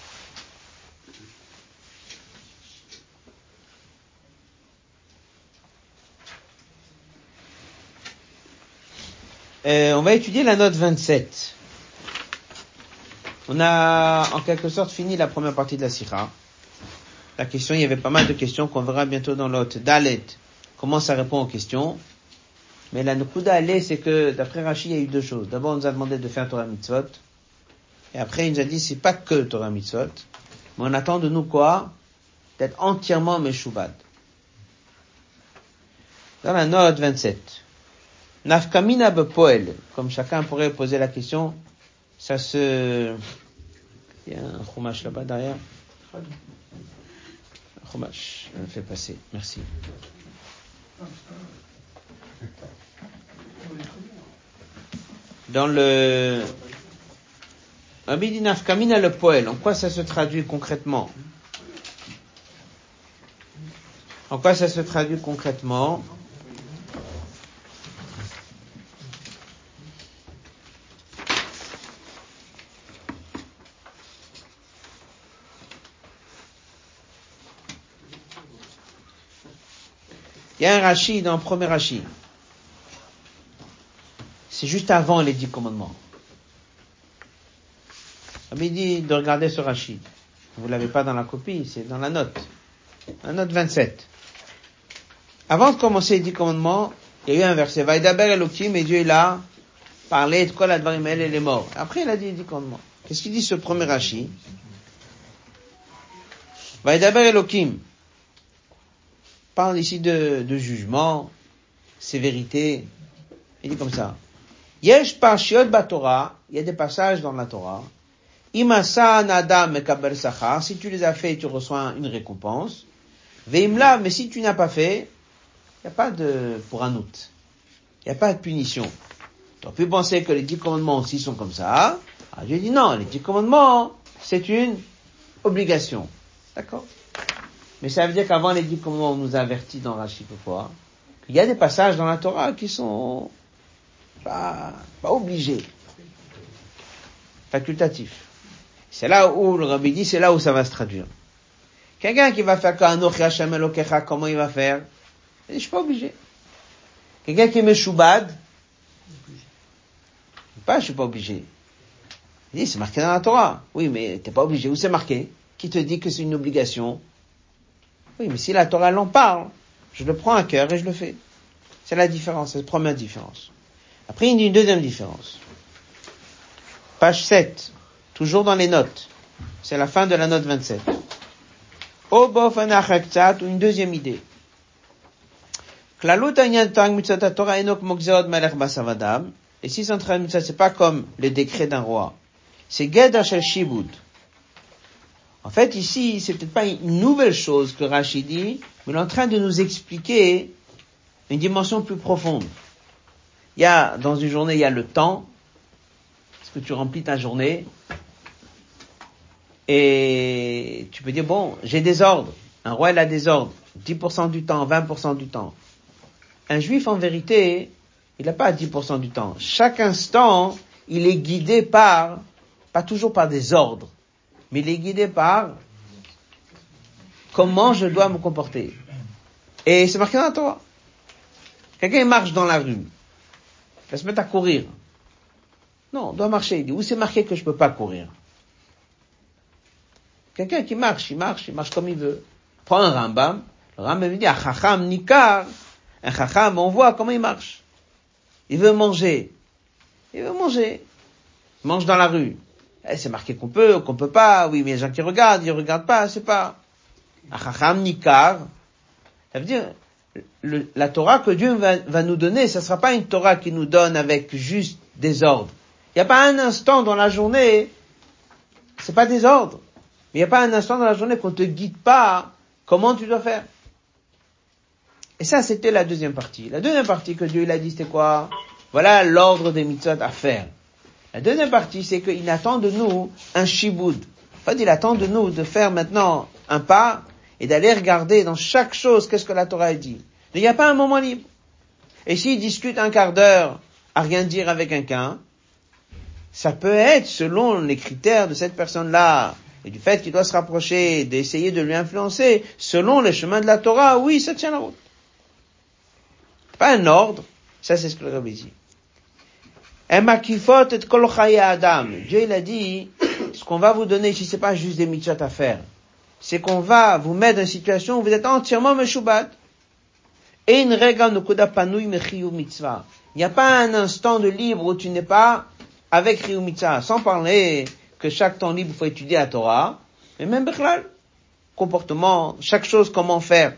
On va étudier la note 27. On a en quelque sorte fini la première partie de la Sikha. La question, il y avait pas mal de questions qu'on verra bientôt dans l'autre. Dalet, comment ça répond aux questions. Mais la Nukuda allée, c'est que d'après Rashi, il y a eu deux choses. D'abord, on nous a demandé de faire Torah Mitzvot. Et après, il nous a dit, c'est pas que Torah Mitzvot. Mais on attend de nous quoi? D'être entièrement Meshubad. Dans la note 27. Nafkamina bepoel. Comme chacun pourrait poser la question, ça se... Il y a un chumash là-bas derrière. Un chumash. Je le fais passer. Merci. Dans le... Abidi Nafkamina le poel. En quoi ça se traduit concrètement? En quoi ça se traduit concrètement? Il y a un Rashi dans le premier Rashi. C'est juste avant les 10 commandements. Il dit de regarder ce Rashi. Vous l'avez pas dans la copie, c'est dans la note. La note 27. Avant de commencer les 10 commandements, il y a eu un verset. Vaïdaber Elohim, et Dieu il a parlé de Kol Advarim El et les morts. Après il a dit les 10 commandements. Qu'est-ce qu'il dit ce premier Rashi? Vaïdaber Elohim. Parle ici de jugement, sévérité. Il dit comme ça. Yesh parshiot baTorah, il y a des passages dans la Torah. Imasa nadam mekaber sachar, si tu les as fait, tu reçois une récompense. Veimla, mais si tu n'as pas fait, il n'y a pas de pour un autre. Il n'y a pas de punition. Tu aurais pu penser que les 10 commandements aussi sont comme ça. Alors Dieu dit non, les 10 commandements, c'est une obligation. D'accord? Mais ça veut dire qu'avant les 10 commandements, on nous a avertis dans Rashi pourquoi? Qu'il y a des passages dans la Torah qui sont pas obligés. Facultatifs. C'est là où le Rabbi dit, c'est là où ça va se traduire. Quelqu'un qui va faire qu'Anochi Hashem Elokecha, comment il va faire? Il dit, je suis pas obligé. Quelqu'un qui est Meshubad, je suis pas obligé. Il dit, c'est marqué dans la Torah. Oui, mais t'es pas obligé. Où c'est marqué? Qui te dit que c'est une obligation? Oui, mais si la Torah l'en parle, je le prends à cœur et je le fais. C'est la différence, c'est la première différence. Après, il dit une deuxième différence. Page 7, toujours dans les notes. C'est la fin de la note 27. Ou une deuxième idée. Et si c'est pas comme les décrets d'un roi. C'est Geda Shel Shibud. En fait, ici, c'est peut-être pas une nouvelle chose que Rashi dit, mais il est en train de nous expliquer une dimension plus profonde. Dans une journée, il y a le temps. Est-ce que tu remplis ta journée? Et tu peux dire, bon, j'ai des ordres. Un roi, il a des ordres. 10% du temps, 20% du temps. Un juif, en vérité, il n'a pas 10% du temps. Chaque instant, il est guidé pas toujours par des ordres, mais il est guidé par comment je dois me comporter. Et c'est marqué dans la Torah. Quelqu'un marche dans la rue. Il va se mettre à courir. Non, on doit marcher. Il dit, où c'est marqué que je peux pas courir? Quelqu'un qui marche, il marche comme il veut. Prends un Rambam. Le Rambam dit, Chacham Nikar. Un Chacham, on voit comment il marche. Il veut manger. Il mange dans la rue. C'est marqué qu'on peut pas. Oui, mais les gens qui regardent, ils regardent pas, c'est pas. Chacham Nikar. Ça veut dire, la Torah que Dieu va nous donner, ça sera pas une Torah qui nous donne avec juste des ordres. Il n'y a pas un instant dans la journée, c'est pas des ordres. Mais il n'y a pas un instant dans la journée qu'on te guide pas comment tu dois faire. Et ça, c'était la deuxième partie. La deuxième partie que Dieu il a dit, c'était quoi? Voilà l'ordre des mitzvot à faire. La deuxième partie, c'est qu'il attend de nous un shiboud. En fait, il attend de nous de faire maintenant un pas et d'aller regarder dans chaque chose qu'est-ce que la Torah dit. Il n'y a pas un moment libre. Et s'il discute un quart d'heure à rien dire avec quelqu'un, ça peut être selon les critères de cette personne-là et du fait qu'il doit se rapprocher, d'essayer de lui influencer, selon les chemins de la Torah, oui, ça tient la route. Pas un ordre, ça c'est ce que le Rabbi dit. Dieu il a dit, ce qu'on va vous donner ici, c'est pas juste des mitzvot à faire. C'est qu'on va vous mettre dans une situation où vous êtes entièrement meshubad. Et une rega nokoda panouy mechiyu mitzvah. Il n'y a pas un instant de libre où tu n'es pas avec Riyu Mitzvah, sans parler que chaque temps libre, il faut étudier la Torah, mais même Bechlal, comportement, chaque chose, comment faire.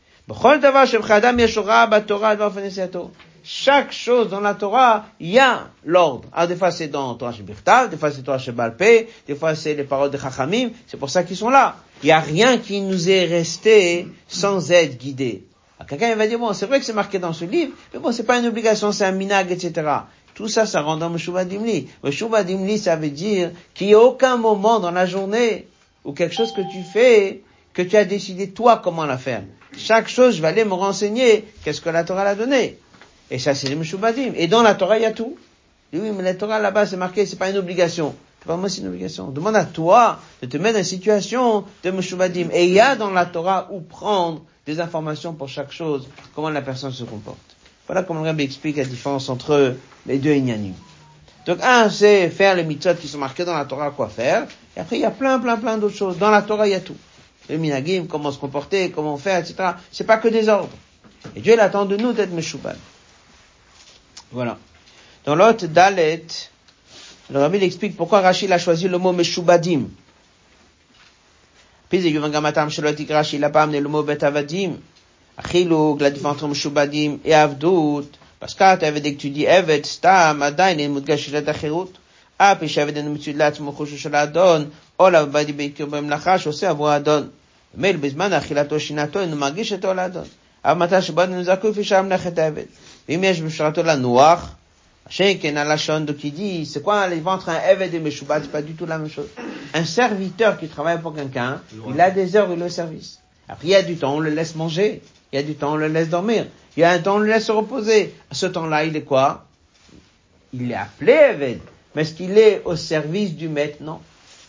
Chaque chose dans la Torah, il y a l'ordre. Alors des fois c'est dans Torah Shebirtav, des fois c'est Torah Shebalpeh, des fois c'est les paroles de Chachamim, c'est pour ça qu'ils sont là. Il n'y a rien qui nous est resté sans être guidé. Alors quelqu'un va dire, bon, c'est vrai que c'est marqué dans ce livre, mais bon, c'est pas une obligation, c'est un minag, etc. Tout ça, ça rend dans Meshuva Dimli. Meshuva Dimli, ça veut dire qu'il n'y a aucun moment dans la journée où quelque chose que tu fais, que tu as décidé toi comment la faire. Chaque chose, je vais aller me renseigner qu'est-ce que la Torah l'a donné. Et ça, c'est le Meshuva Dim. Et dans la Torah, il y a tout. Et oui, mais la Torah là-bas, c'est marqué, c'est pas une obligation. C'est pas moi, c'est une obligation. On demande à toi de te mettre dans une situation de Meshuva Dim. Et il y a dans la Torah où prendre des informations pour chaque chose, comment la personne se comporte. Voilà comment le Rabbi explique la différence entre les deux inyanim. Donc, un, c'est faire les mitzvot qui sont marqués dans la Torah, quoi faire. Et après, il y a plein d'autres choses. Dans la Torah, il y a tout. Le minagim, comment se comporter, comment faire, etc. C'est pas que des ordres. Et Dieu, il attend de nous d'être meshubad. Voilà. Dans l'autre Dalet, le Rabbi explique pourquoi Rachid a choisi le mot meshubadim. Puis, il a pas amené le mot bet avadim. Achiluk, la différence entre Meshubadim et Avdout. Parce que tu avais dit que tu dis Eved, Stam, Adain, et Mudgashilat Achirut. Ah, puis j'avais des noms de l'Atzmo Choshu Adon. Ola, Badi Beikir Bemlachash, aussi avoir Adon. Mais le Bisman, Achilato Shinato, et nous magish et Adon. Amata Shabbat, nous accouche, Fisham Lachet Eved. Vimiesh Bishrato la Noir. Shenken a la chonde qui dit, c'est quoi les ventres un Eved et Meshubat, c'est pas du tout la même chose. Un serviteur qui travaille pour quelqu'un, il a des heures où il est au service. Après, il y a du temps, on le laisse manger. Il y a du temps, on le laisse dormir. Il y a un temps, on le laisse se reposer. À ce temps-là, il est quoi? Il est appelé Eved. Mais est-ce qu'il est au service du maître? Non.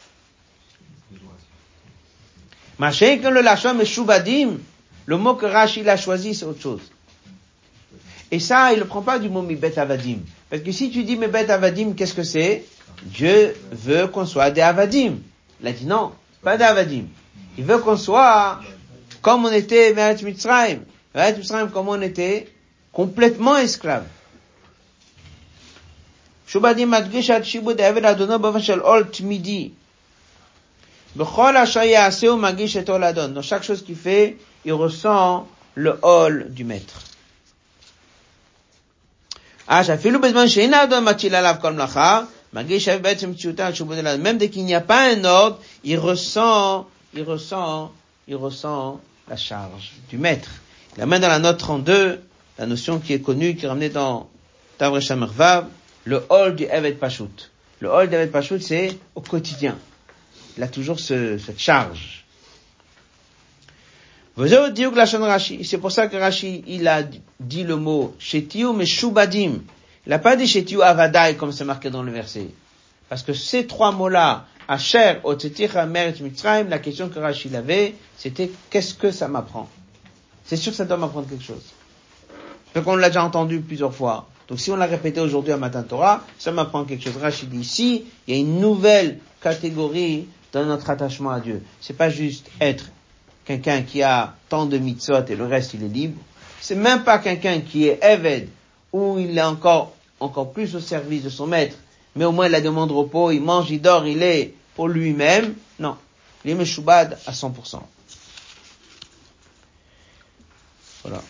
Machin que le lachon Meshubadim, le mot que Rashi a choisi, c'est autre chose. Et ça, il ne prend pas du mot Mibet Avadim. Parce que si tu dis Mibet Avadim, qu'est-ce que c'est? Dieu veut qu'on soit des Avadim. Il a dit non, pas des Avadim. Il veut qu'on soit comme on était Meretz Mitzrayim. Meretz Mitzrayim, comme on était complètement esclaves. Shubadim madgish at shibud eved adono b'ofen shel ol tmidi. B'chol asher ya'aseu magish et ol adon. Dans chaque chose qu'il fait, il ressent le ol du maître. Shafilu bezman she'ina adon matil alav kol mlacha, magish eved betzem tziuta shubud el adon. Même dès qu'il n'y a pas un ordre, il ressent la charge du maître. Il amène dans la note 32, la notion qui est connue, qui est ramenée dans Tavre Shamervav, le hol du Eved Pashut. Le hol du Eved Pashut, c'est au quotidien. Il a toujours cette charge. C'est pour ça que Rashi, il a dit le mot Shetiu Meshubadim. Il n'a pas dit Shetiu Avadai, comme c'est marqué dans le verset. Parce que ces trois mots-là, Asher, Otzetira, Meretz Mitzrayim, la question que Rashi avait, c'était qu'est-ce que ça m'apprend? C'est sûr que ça doit m'apprendre quelque chose. Donc on l'a déjà entendu plusieurs fois. Donc si on l'a répété aujourd'hui à Matan Torah, ça m'apprend quelque chose. Rashi dit ici, il y a une nouvelle catégorie dans notre attachement à Dieu. C'est pas juste être quelqu'un qui a tant de mitzvot et le reste il est libre. C'est même pas quelqu'un qui est Eved, où il est encore plus au service de son maître, mais au moins il a des moments de repos, il mange, il dort, il est pour lui-même. Non. Il est Meshubad à 100%. Voilà.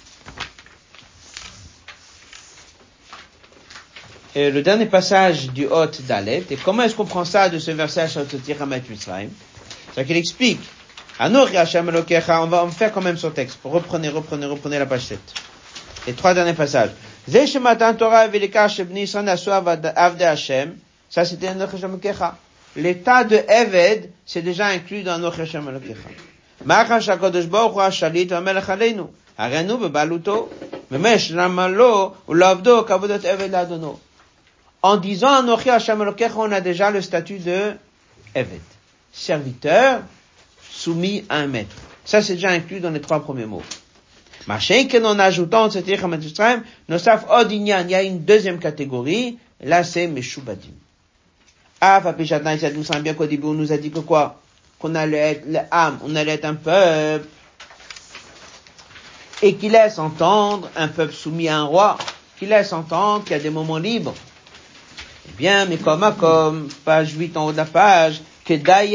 Et le dernier passage du Hot d'Aleph, et comment est-ce qu'on prend ça de ce verset à Shalotir Hamet Mitzrayim? C'est qu'il explique. Anochi Hashem Elokecha, on va faire quand même son texte. Reprenez la page 7. Les trois derniers passages. Zeh Shematan Torah Velika Shebni Yisrael Nasu Avde Hashem. Ça c'était Anochi Hashem Elokecha. L'état de Eved, c'est déjà inclus dans Anochi Hashem Elokecha. Ma'achar Shakadosh Baruch Hu Hashalit V'Amelech Aleinu. Harenu Bebaluto. Memesh Ramalo Ulavdo Kavodot Eved Ladono. En disant Anochi Hashem Elokecha, on a déjà le statut de Eved. Serviteur, soumis à un maître. Ça, c'est déjà inclus dans les trois premiers mots. Machenken, en ajoutant, c'est-à-dire, Nosaf Odinyan, il y a une deuxième catégorie, là, c'est Meshubadim. Fapishatan, il nous semble bien qu'au début, on nous a dit que quoi? Qu'on allait être l'âme, on allait être un peuple, et qui laisse entendre un peuple soumis à un roi, qui laisse entendre qu'il y a des moments libres. Eh bien, mais comme, page 8 en haut de la page, il y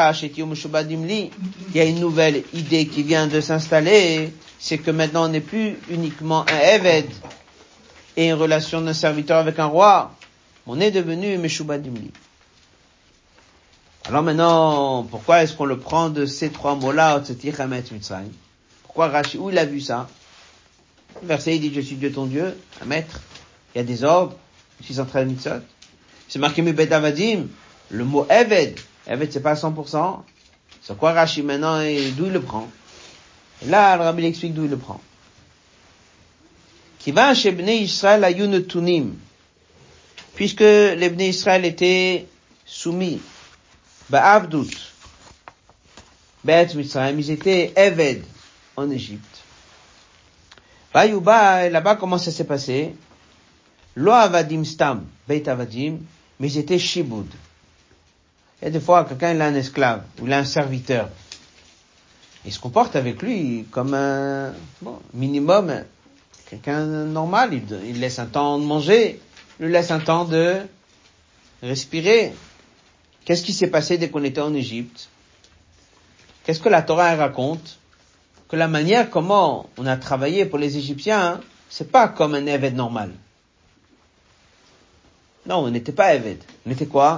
a une nouvelle idée qui vient de s'installer, c'est que maintenant on n'est plus uniquement un Eved et une relation d'un serviteur avec un roi, on est devenu Meshubadim Li. Alors maintenant, pourquoi est-ce qu'on le prend de ces trois mots-là, pourquoi Rashi, où il a vu ça? Le verset il dit, je suis Dieu ton Dieu, un maître, il y a des ordres, 613 mitzvot. C'est marqué Mibet Avadim, le mot Eved, Eved c'est pas à 100%. C'est quoi Rashi maintenant et d'où il le prend? Et là, le Rabbi l'explique d'où il le prend. Kivan chez Bnei Israël ayun tunim. Puisque les Bnei Israël étaient soumis. Ba'avdut. Be'etz Mitzrayim. Ils étaient Eved en Égypte. Bayuba, là-bas comment ça s'est passé? Lo avadim stam. Beit avadim. Mais ils étaient shibud. Il y a des fois, quelqu'un, il a un esclave, ou il a un serviteur. Il se comporte avec lui comme un, minimum, quelqu'un normal. Il laisse un temps de manger, il lui laisse un temps de respirer. Qu'est-ce qui s'est passé dès qu'on était en Égypte? Qu'est-ce que la Torah elle raconte? Que la manière comment on a travaillé pour les Égyptiens, c'est pas comme un Eved normal. Non, on n'était pas Eved. On était quoi?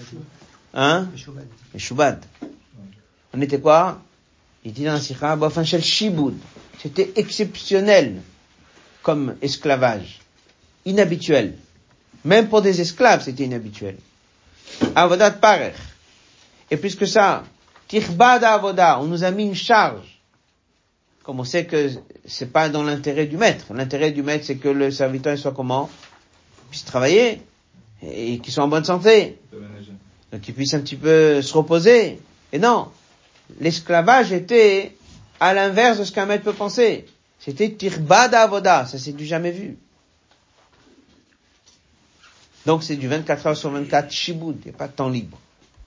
Meshubad. On était quoi? Il dit dans la Sikha, Bafan Shel Shibud. C'était exceptionnel comme esclavage. Inhabituel. Même pour des esclaves, c'était inhabituel. Avodat Parech. Et plus que ça, Tichbad Avoda, on nous a mis une charge. Comme on sait que c'est pas dans l'intérêt du maître. L'intérêt du maître, c'est que le serviteur soit comment? Puisse travailler. Et qu'il soit en bonne santé. Donc qu'il puisse un petit peu se reposer. Et non. L'esclavage était à l'inverse de ce qu'un maître peut penser. C'était Tichbad Avoda. Ça c'est du jamais vu. Donc c'est du 24 heures sur 24 Shiboud. Il n'y a pas de temps libre.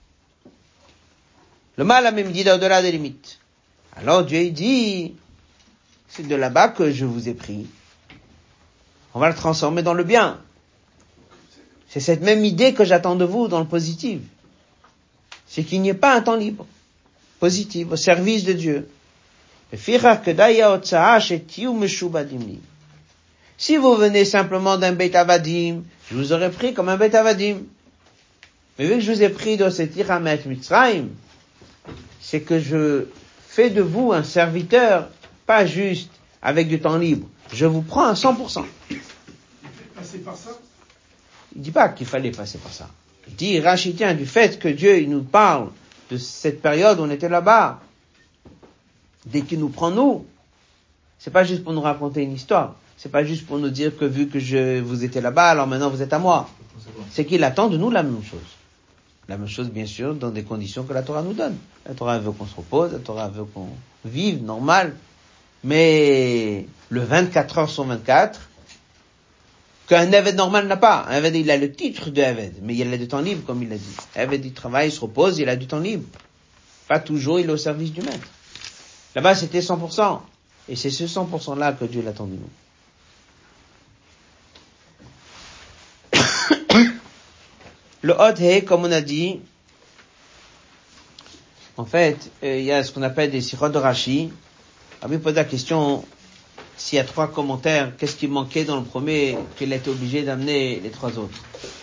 Le mal a même dit au-delà des limites. Alors Dieu dit, c'est de là-bas que je vous ai pris. On va le transformer dans le bien. C'est cette même idée que j'attends de vous dans le positif. C'est qu'il n'y ait pas un temps libre. Positif, au service de Dieu. Si vous venez simplement d'un Beit Avadim, je vous aurais pris comme un Beit Avadim. Mais vu que je vous ai pris dans cet Iramet Mitzrayim, c'est que je fais de vous un serviteur, pas juste avec du temps libre. Je vous prends à 100%. Passer par ça? Il dit pas qu'il fallait passer par ça. Il dit, Rashi tient du fait que Dieu, il nous parle de cette période où on était là-bas. Dès qu'il nous prend nous, c'est pas juste pour nous raconter une histoire. C'est pas juste pour nous dire que vu que vous étiez là-bas, alors maintenant vous êtes à moi. C'est qu'il attend de nous la même chose. La même chose, bien sûr, dans des conditions que la Torah nous donne. La Torah veut qu'on se repose, la Torah veut qu'on vive normal. Mais le 24 heures sur 24, qu'un Eved normal n'a pas. Un Eved, il a le titre de Eved, mais il a du temps libre, comme il l'a dit. Eved, il travaille, il se repose, il a du temps libre. Pas toujours, il est au service du maître. Là-bas, c'était 100%. Et c'est ce 100%-là que Dieu l'attend de nous. Le Hod He, comme on a dit, en fait, il y a ce qu'on appelle des sirotes de Rashi. Rabbi pose la question, s'il y a 3 commentaires, qu'est-ce qui manquait dans le premier, qu'il a été obligé d'amener les 3 autres?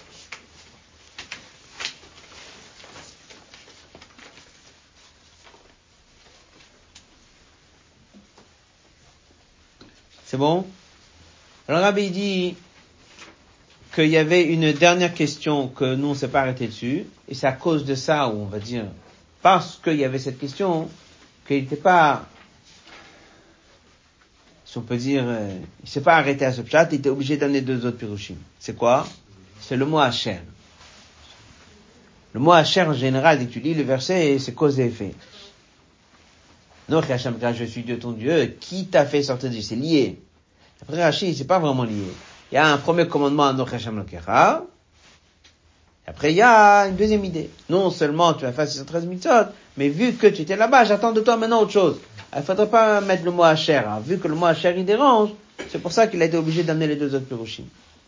C'est bon? Alors Rabbi dit qu'il y avait une dernière question que nous on s'est pas arrêté dessus, et c'est à cause de ça, ou on va dire, parce qu'il y avait cette question, qu'il n'était pas, si on peut dire, il s'est pas arrêté à ce pshat, il était obligé d'amener 2 autres pirushim. C'est quoi? C'est le mot Asher. Le mot Asher, en général, dès que tu lis le verset, c'est cause et effet. Noach Hashem, car je suis Dieu ton Dieu, qui t'a fait sortir d'Égypte? C'est lié. Après Rashi, c'est pas vraiment lié. Il y a un premier commandement à Noach Hashem Lokecha. Après, il y a une deuxième idée. Non seulement tu vas faire 613 mitzvot, mais vu que tu étais là-bas, j'attends de toi maintenant autre chose. Il faudrait pas mettre le mot Asher. Hein. Vu que le mot Asher, il dérange, c'est pour ça qu'il a été obligé d'amener les 2 autres pirushim.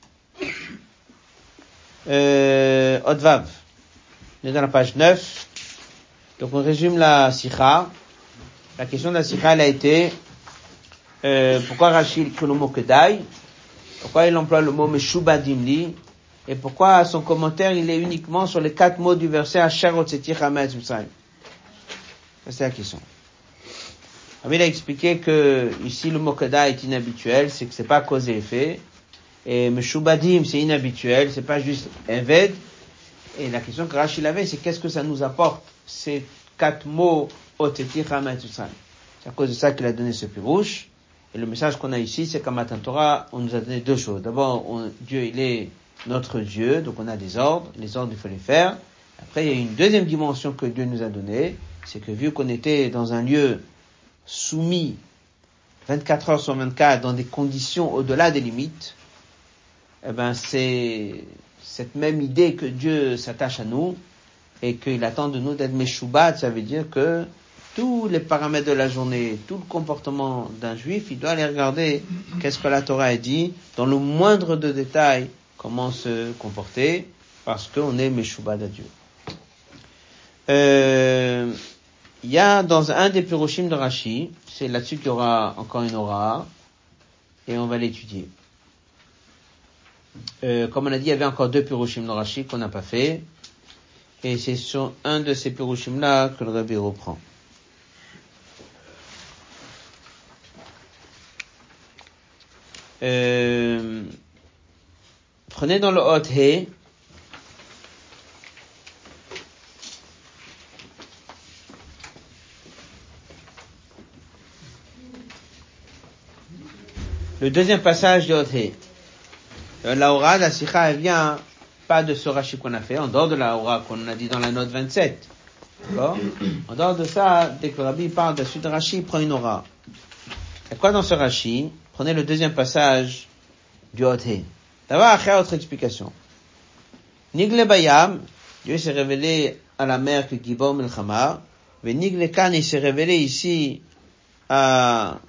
Odvav. On est dans la page 9. Donc on résume la sikha. La question de la sikha, elle a été, pourquoi Rashi écrit le mot Kedai? Pourquoi il emploie le mot Meshubadimli? Et pourquoi son commentaire, il est uniquement sur les 4 mots du verset Asher Otzeti Chametz Mitzrayim? Ça, c'est la question. Alors, il a expliqué que, ici, le mot Kedai est inhabituel, c'est que c'est pas cause et effet. Et Meshubadim, c'est inhabituel, c'est pas juste Eved. Et la question que Rashi avait, c'est qu'est-ce que ça nous apporte, ces 4 mots Otzeti Chametz Mitzrayim? C'est à cause de ça qu'il a donné ce pirouche. Et le message qu'on a ici, c'est qu'à Matan Torah, on nous a donné 2 choses. D'abord, Dieu, il est notre Dieu, donc on a des ordres, les ordres, il faut les faire. Après, il y a une deuxième dimension que Dieu nous a donnée, c'est que vu qu'on était dans un lieu soumis 24 heures sur 24, dans des conditions au-delà des limites, eh ben, c'est cette même idée que Dieu s'attache à nous, et qu'il attend de nous d'être Meshubad, ça veut dire que tous les paramètres de la journée, tout le comportement d'un juif, il doit aller regarder qu'est-ce que la Torah a dit, dans le moindre de détails, comment se comporter, parce qu'on est Meshubad à Dieu. il y a dans un des Pirushim de Rashi, c'est là-dessus qu'il y aura encore une aura, et on va l'étudier. Comme on a dit, il y avait encore 2 Pirushim de Rashi qu'on n'a pas fait, et c'est sur un de ces Pirushim-là que le Rabbi reprend. Prenez dans le Hot He, le deuxième passage de Hot He. La aura, la sikha, elle vient pas de ce Rashi qu'on a fait, en dehors de la aura qu'on a dit dans la note 27. D'accord? En dehors de ça, dès que Rabbi parle de la suite de Rashi, il prend une aura. Il y a quoi dans ce Rashi? Prenez le deuxième passage du Hot He. D'abord, après, autre explication. Nigle Bayam, Dieu s'est révélé à la mer que Gibor Melchama, mais Nigle Kan, il s'est révélé ici à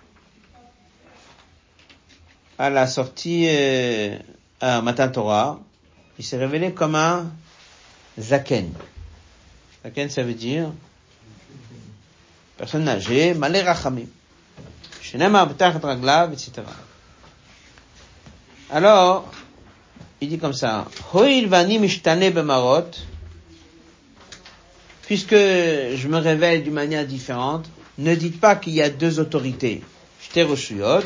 la sortie à Matan Torah, il s'est révélé comme un Zaken. Zaken, ça veut dire personne âgée, Malé Rachamim, Shenema B'tachat Raglav, etc. Alors, il dit comme ça, Hoil vani mishtane b'marot, puisque je me révèle d'une manière différente, ne dites pas qu'il y a 2 autorités. Shte Roshuyot.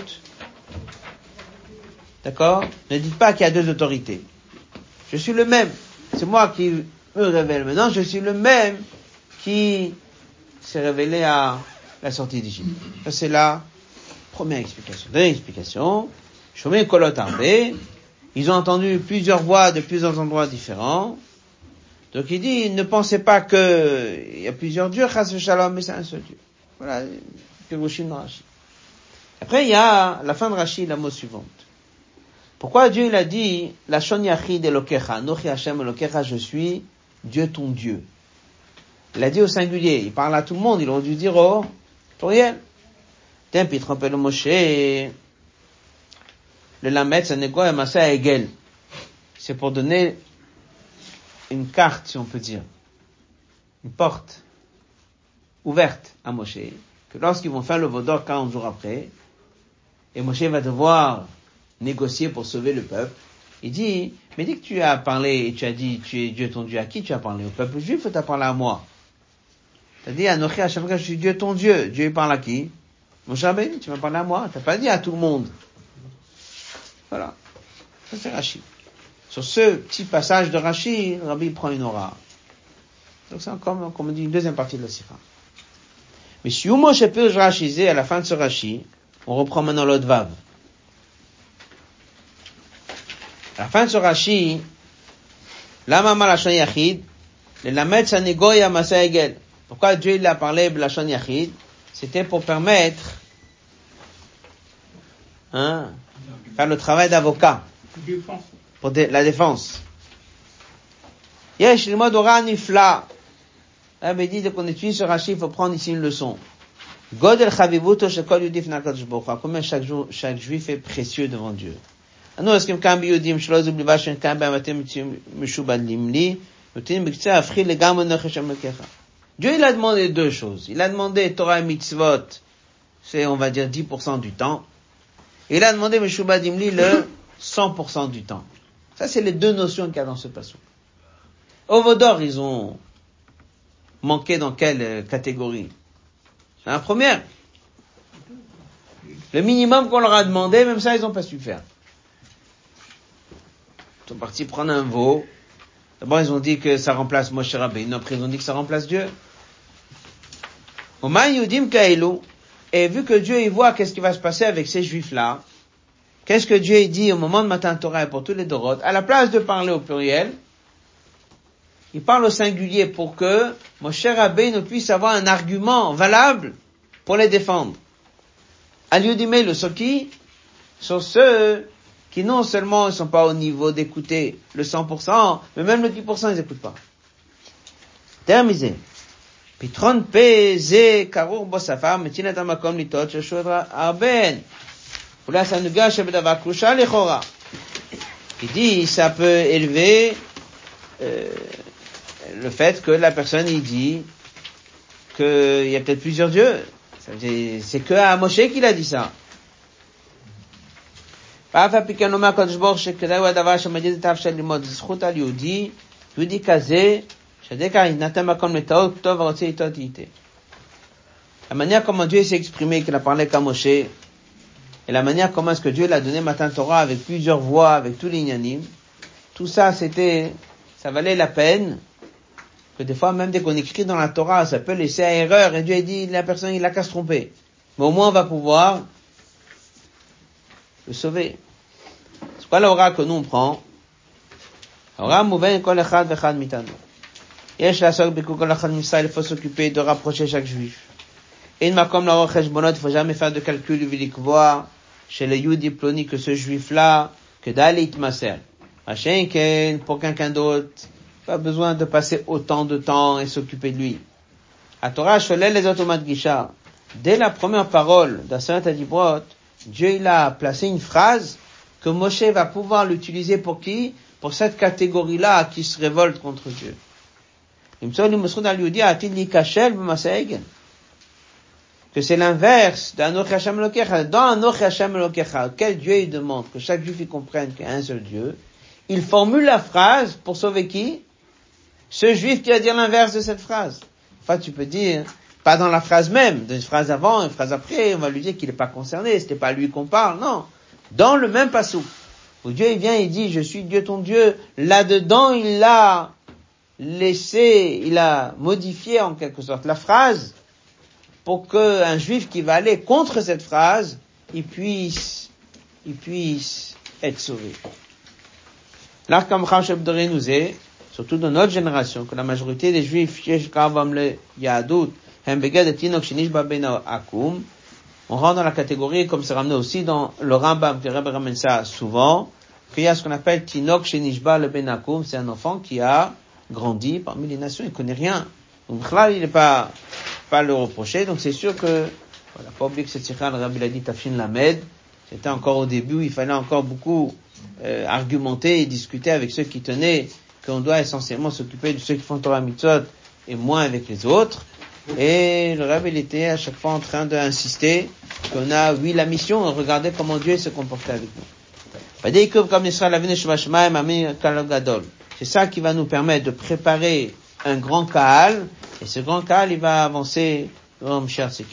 D'accord? Ne dites pas qu'il y a 2 autorités. Je suis le même. C'est moi qui me révèle maintenant. Je suis le même qui s'est révélé à la sortie d'Égypte. Ça, c'est la première explication. Deuxième explication. Shomei kolot arbe. Ils ont entendu plusieurs voix de plusieurs endroits différents. Donc il dit, ne pensez pas que il y a plusieurs dieux, chas v'shalom, mais c'est un seul Dieu. Voilà, Pirushim de Rashi. Après, il y a la fin de Rashi, la mot suivante. Pourquoi Dieu il a dit la shon yachid elokecha, nochi Hashem elokecha, je suis Dieu ton Dieu. Il a dit au singulier, il parle à tout le monde, il aurait dû dire au pluriel. Tiens, puis il trompait le Moshe, le lamet, ça n'est quoi, et massa egel. C'est pour donner une carte, si on peut dire, une porte ouverte à Moshe, que lorsqu'ils vont faire le vaudor 40 jours après, et Moshe va devoir négocier pour sauver le peuple, il dit, mais dès que tu as parlé et tu as dit, tu es Dieu ton Dieu, à qui tu as parlé? Au peuple juif ou tu as parlé à moi? Tu as dit, Anochi Hashem, je suis Dieu ton Dieu. Dieu il parle à qui? Moshe Rabbeinu, tu m'as parlé à moi, tu n'as pas dit à tout le monde. Voilà. Ça c'est Rashi. Sur ce petit passage de Rashi, Rabbi prend une aura. Donc c'est encore, comme on dit, une deuxième partie de la Sikha. Mais si Moshe peut Rashizé, à la fin de ce Rashi, on reprend maintenant l'autre Vav. À la fin de ce Rashi, Lama Malachon Yachid, le Lamed Sanegoya Masa Egel. Pourquoi Dieu il a parlé de Lachon Yachid? C'était pour permettre, faire le travail d'avocat. Pour la défense. Yesh, le mot Ora Nifla. Il dit qu'on étudie ce Rashi, il faut prendre ici une leçon. Godel Chavivuto Shekol Yudif Nakadosh Baruch Hu. Combien chaque juif est précieux devant Dieu. Dieu il a demandé 2 choses. Il a demandé Torah et Mitzvot, c'est on va dire 10% du temps. Et il a demandé Meshubah Dimli le 100% du temps. Ça c'est les 2 notions qu'il y a dans ce passage. Au Vaudor, ils ont manqué dans quelle catégorie? La première. Le minimum qu'on leur a demandé, même ça ils n'ont pas su faire. Ils sont partis prendre un veau. D'abord, ils ont dit que ça remplace Moshe Rabbeinu. Après, ils ont dit que ça remplace Dieu. Et vu que Dieu, il voit qu'est-ce qui va se passer avec ces juifs-là, qu'est-ce que Dieu, il dit au moment de Matan Torah et pour tous les Dorotes, à la place de parler au pluriel, il parle au singulier pour que Moshe Rabbeinu puisse avoir un argument valable pour les défendre. Al-Yudimé, le Soki, sont ceux qui non seulement ne sont pas au niveau d'écouter le 100%, mais même le 10% ils n'écoutent pas. Terminé. Pitron pe ze karur bosafar metinat amakom litot sheshudra arben. Oula ça nous gâche bedavar klusha lechora. Il dit ça peut élever le fait que la personne il dit qu'il y a peut-être plusieurs dieux. C'est que à Moshe qu'il a dit ça. ואף על פי כן אומר הקדוש ברוך שכדאי הוא הדבר שמדיד את האפשר ללמוד זכות על יהודי כזה, שדקה יתנתן מקום לטעות, כתוב ורוצה לטעות איתה. La manière comment Dieu s'est exprimé, qu'il a parlé qu'à Moshe, et la manière comment est-ce que Dieu l'a donné Matan Torah avec plusieurs voix, avec tous les inyanim, tout ça ça valait la peine, que des fois même dès qu'on écrit dans la Torah, ça peut laisser à erreur, et Dieu a dit, la personne il a qu'à se tromper. Mais au moins on va pouvoir le sauver. C'est quoi l'aura que nous on prend? L'aura mouven kol echad vechad mitanu. Yesh la'asok b'ku kol echad m'Israël, il faut s'occuper de rapprocher chaque juif. Et une makom la'or cheshbonot, il faut jamais faire de calcul, voir chez le Yudi Ploni que ce juif-là, que d'alit maser. Machin ken, pour quelqu'un d'autre, pas besoin de passer autant de temps et s'occuper de lui. À Torah, sholel les automates gisha. Dès la première parole d'Aseret Adibrot, Dieu il a placé une phrase que Moshe va pouvoir l'utiliser pour qui? Pour cette catégorie-là qui se révolte contre Dieu. Que c'est l'inverse d'Anoch Hashem Elokecha. Dans Anoch Hashem Elokecha, auquel Dieu il demande que chaque juif il comprenne qu'il y a un seul Dieu, il formule la phrase pour sauver qui? Ce juif qui va dire l'inverse de cette phrase. Enfin, tu peux dire, pas dans la phrase même, d'une phrase avant, une phrase après, on va lui dire qu'il n'est pas concerné, c'était pas à lui qu'on parle, non. Dans le même passou, où Dieu il vient, il dit, je suis Dieu ton Dieu, là-dedans, il a laissé, il a modifié en quelque sorte la phrase, pour que un juif qui va aller contre cette phrase, il puisse être sauvé. Là, comme Chachab Doré nous est, surtout dans notre génération, que la majorité des juifs, on rentre dans la catégorie, comme c'est ramené aussi dans le Rambam, que le Rebbe ramène ça souvent, qu'il y a ce qu'on appelle Tinok Shenishba le Ben Akum, c'est un enfant qui a grandi parmi les nations, il connaît rien. Donc là, il n'est pas le reprocher, donc c'est sûr que, voilà, pas oublier que cette sikha, le Rabbi l'a dit, Tafshin Lamed, c'était encore au début, il fallait encore beaucoup, argumenter et discuter avec ceux qui tenaient qu'on doit essentiellement s'occuper de ceux qui font Torah Mitzvot et moins avec les autres. Et le Rabbi, il était à chaque fois en train d'insister qu'on a, oui, la mission, regardez comment Dieu se comportait avec nous. C'est ça qui va nous permettre de préparer un grand Kahal, et ce grand Kahal, il va avancer. On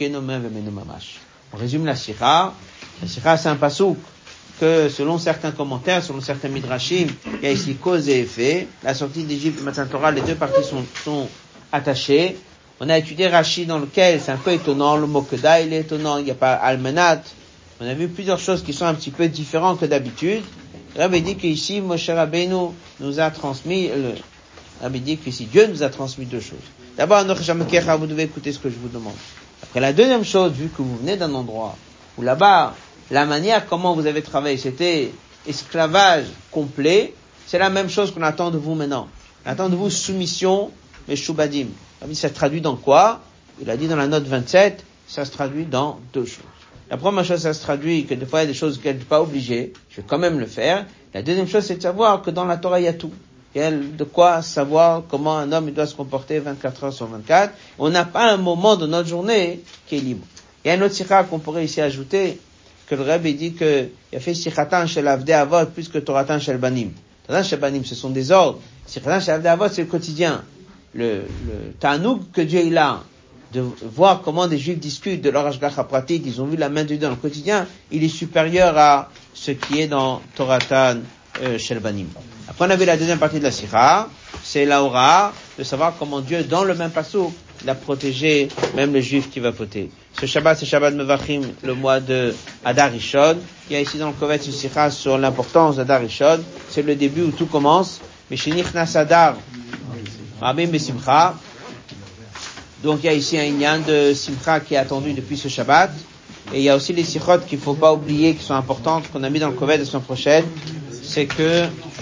résume la Sikha. La Sikha, c'est un pasouk que, selon certains commentaires, selon certains midrashim, il y a ici cause et effet. La sortie d'Égypte, le Matan Torah, les deux parties sont attachées. On a étudié Rashi dans lequel c'est un peu étonnant, le mot Keda, il est étonnant, il n'y a pas Almenat. On a vu plusieurs choses qui sont un petit peu différentes que d'habitude. Le Rabbi dit qu'ici, Moshe Rabbeinu nous a transmis, Rabbi dit qu'ici, Dieu nous a transmis deux choses. D'abord, vous devez écouter ce que je vous demande. Après, la deuxième chose, vu que vous venez d'un endroit où là-bas, la manière comment vous avez travaillé, c'était esclavage complet, c'est la même chose qu'on attend de vous maintenant. On attend de vous soumission, mais shubadim. Ça se traduit dans quoi? Il a dit dans la note 27, ça se traduit dans deux choses. La première chose, ça se traduit que des fois il y a des choses qu'elle n'est pas obligée, je vais quand même le faire. La deuxième chose, c'est de savoir que dans la Torah, il y a tout. Il y a de quoi savoir comment un homme il doit se comporter 24 heures sur 24. On n'a pas un moment de notre journée qui est libre. Il y a une autre sikha qu'on pourrait ici ajouter, que le Rebbe dit que il a fait sikhatan shel avdei avot plus que toratan shel banim. Toratan shel banim, ce sont des ordres. Sikhatan shel avdei avot, c'est le quotidien. Le ta'anoug que Dieu il a de voir comment des juifs discutent de leur hashgacha pratique, ils ont vu la main de Dieu dans le quotidien, il est supérieur à ce qui est dans Toratan shel banim. Après on a vu la deuxième partie de la sikha, c'est l'aura de savoir comment Dieu dans le même passage il a protégé même le juif qui va fauter. Ce Shabbat, c'est Shabbat Mevachim, le mois de Adar Rishon. Il y a ici dans le Kovetz une sikha sur l'importance d'Adar Rishon. C'est le début où tout commence. Meshenichnas Adar, Rabim Besimcha. Donc il y a ici un inyan de Simcha qui est attendu depuis ce Shabbat. Et il y a aussi les sikhot qu'il faut pas oublier, qui sont importantes, qu'on a mis dans le Kovetz de la semaine prochaine. C'est que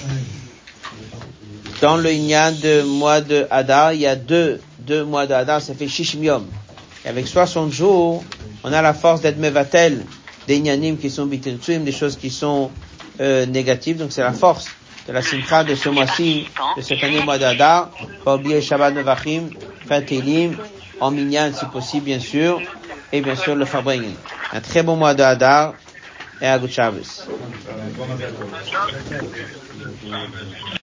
dans le inyan de mois de Adar, il y a deux mois de Adar, ça fait Shishim Yom. Et avec 60 jours, on a la force d'être mevatel des inyanim qui sont bitirtsuim, des choses qui sont négatives. Donc c'est la force de la simcha de ce mois-ci, de cette année mois d'Adar. Pas oublier Shabbat Mevachim, faire Télim, en minyan si possible, bien sûr, et bien sûr le Farbringen. Un très bon mois de Hadar et à Good Shabbos.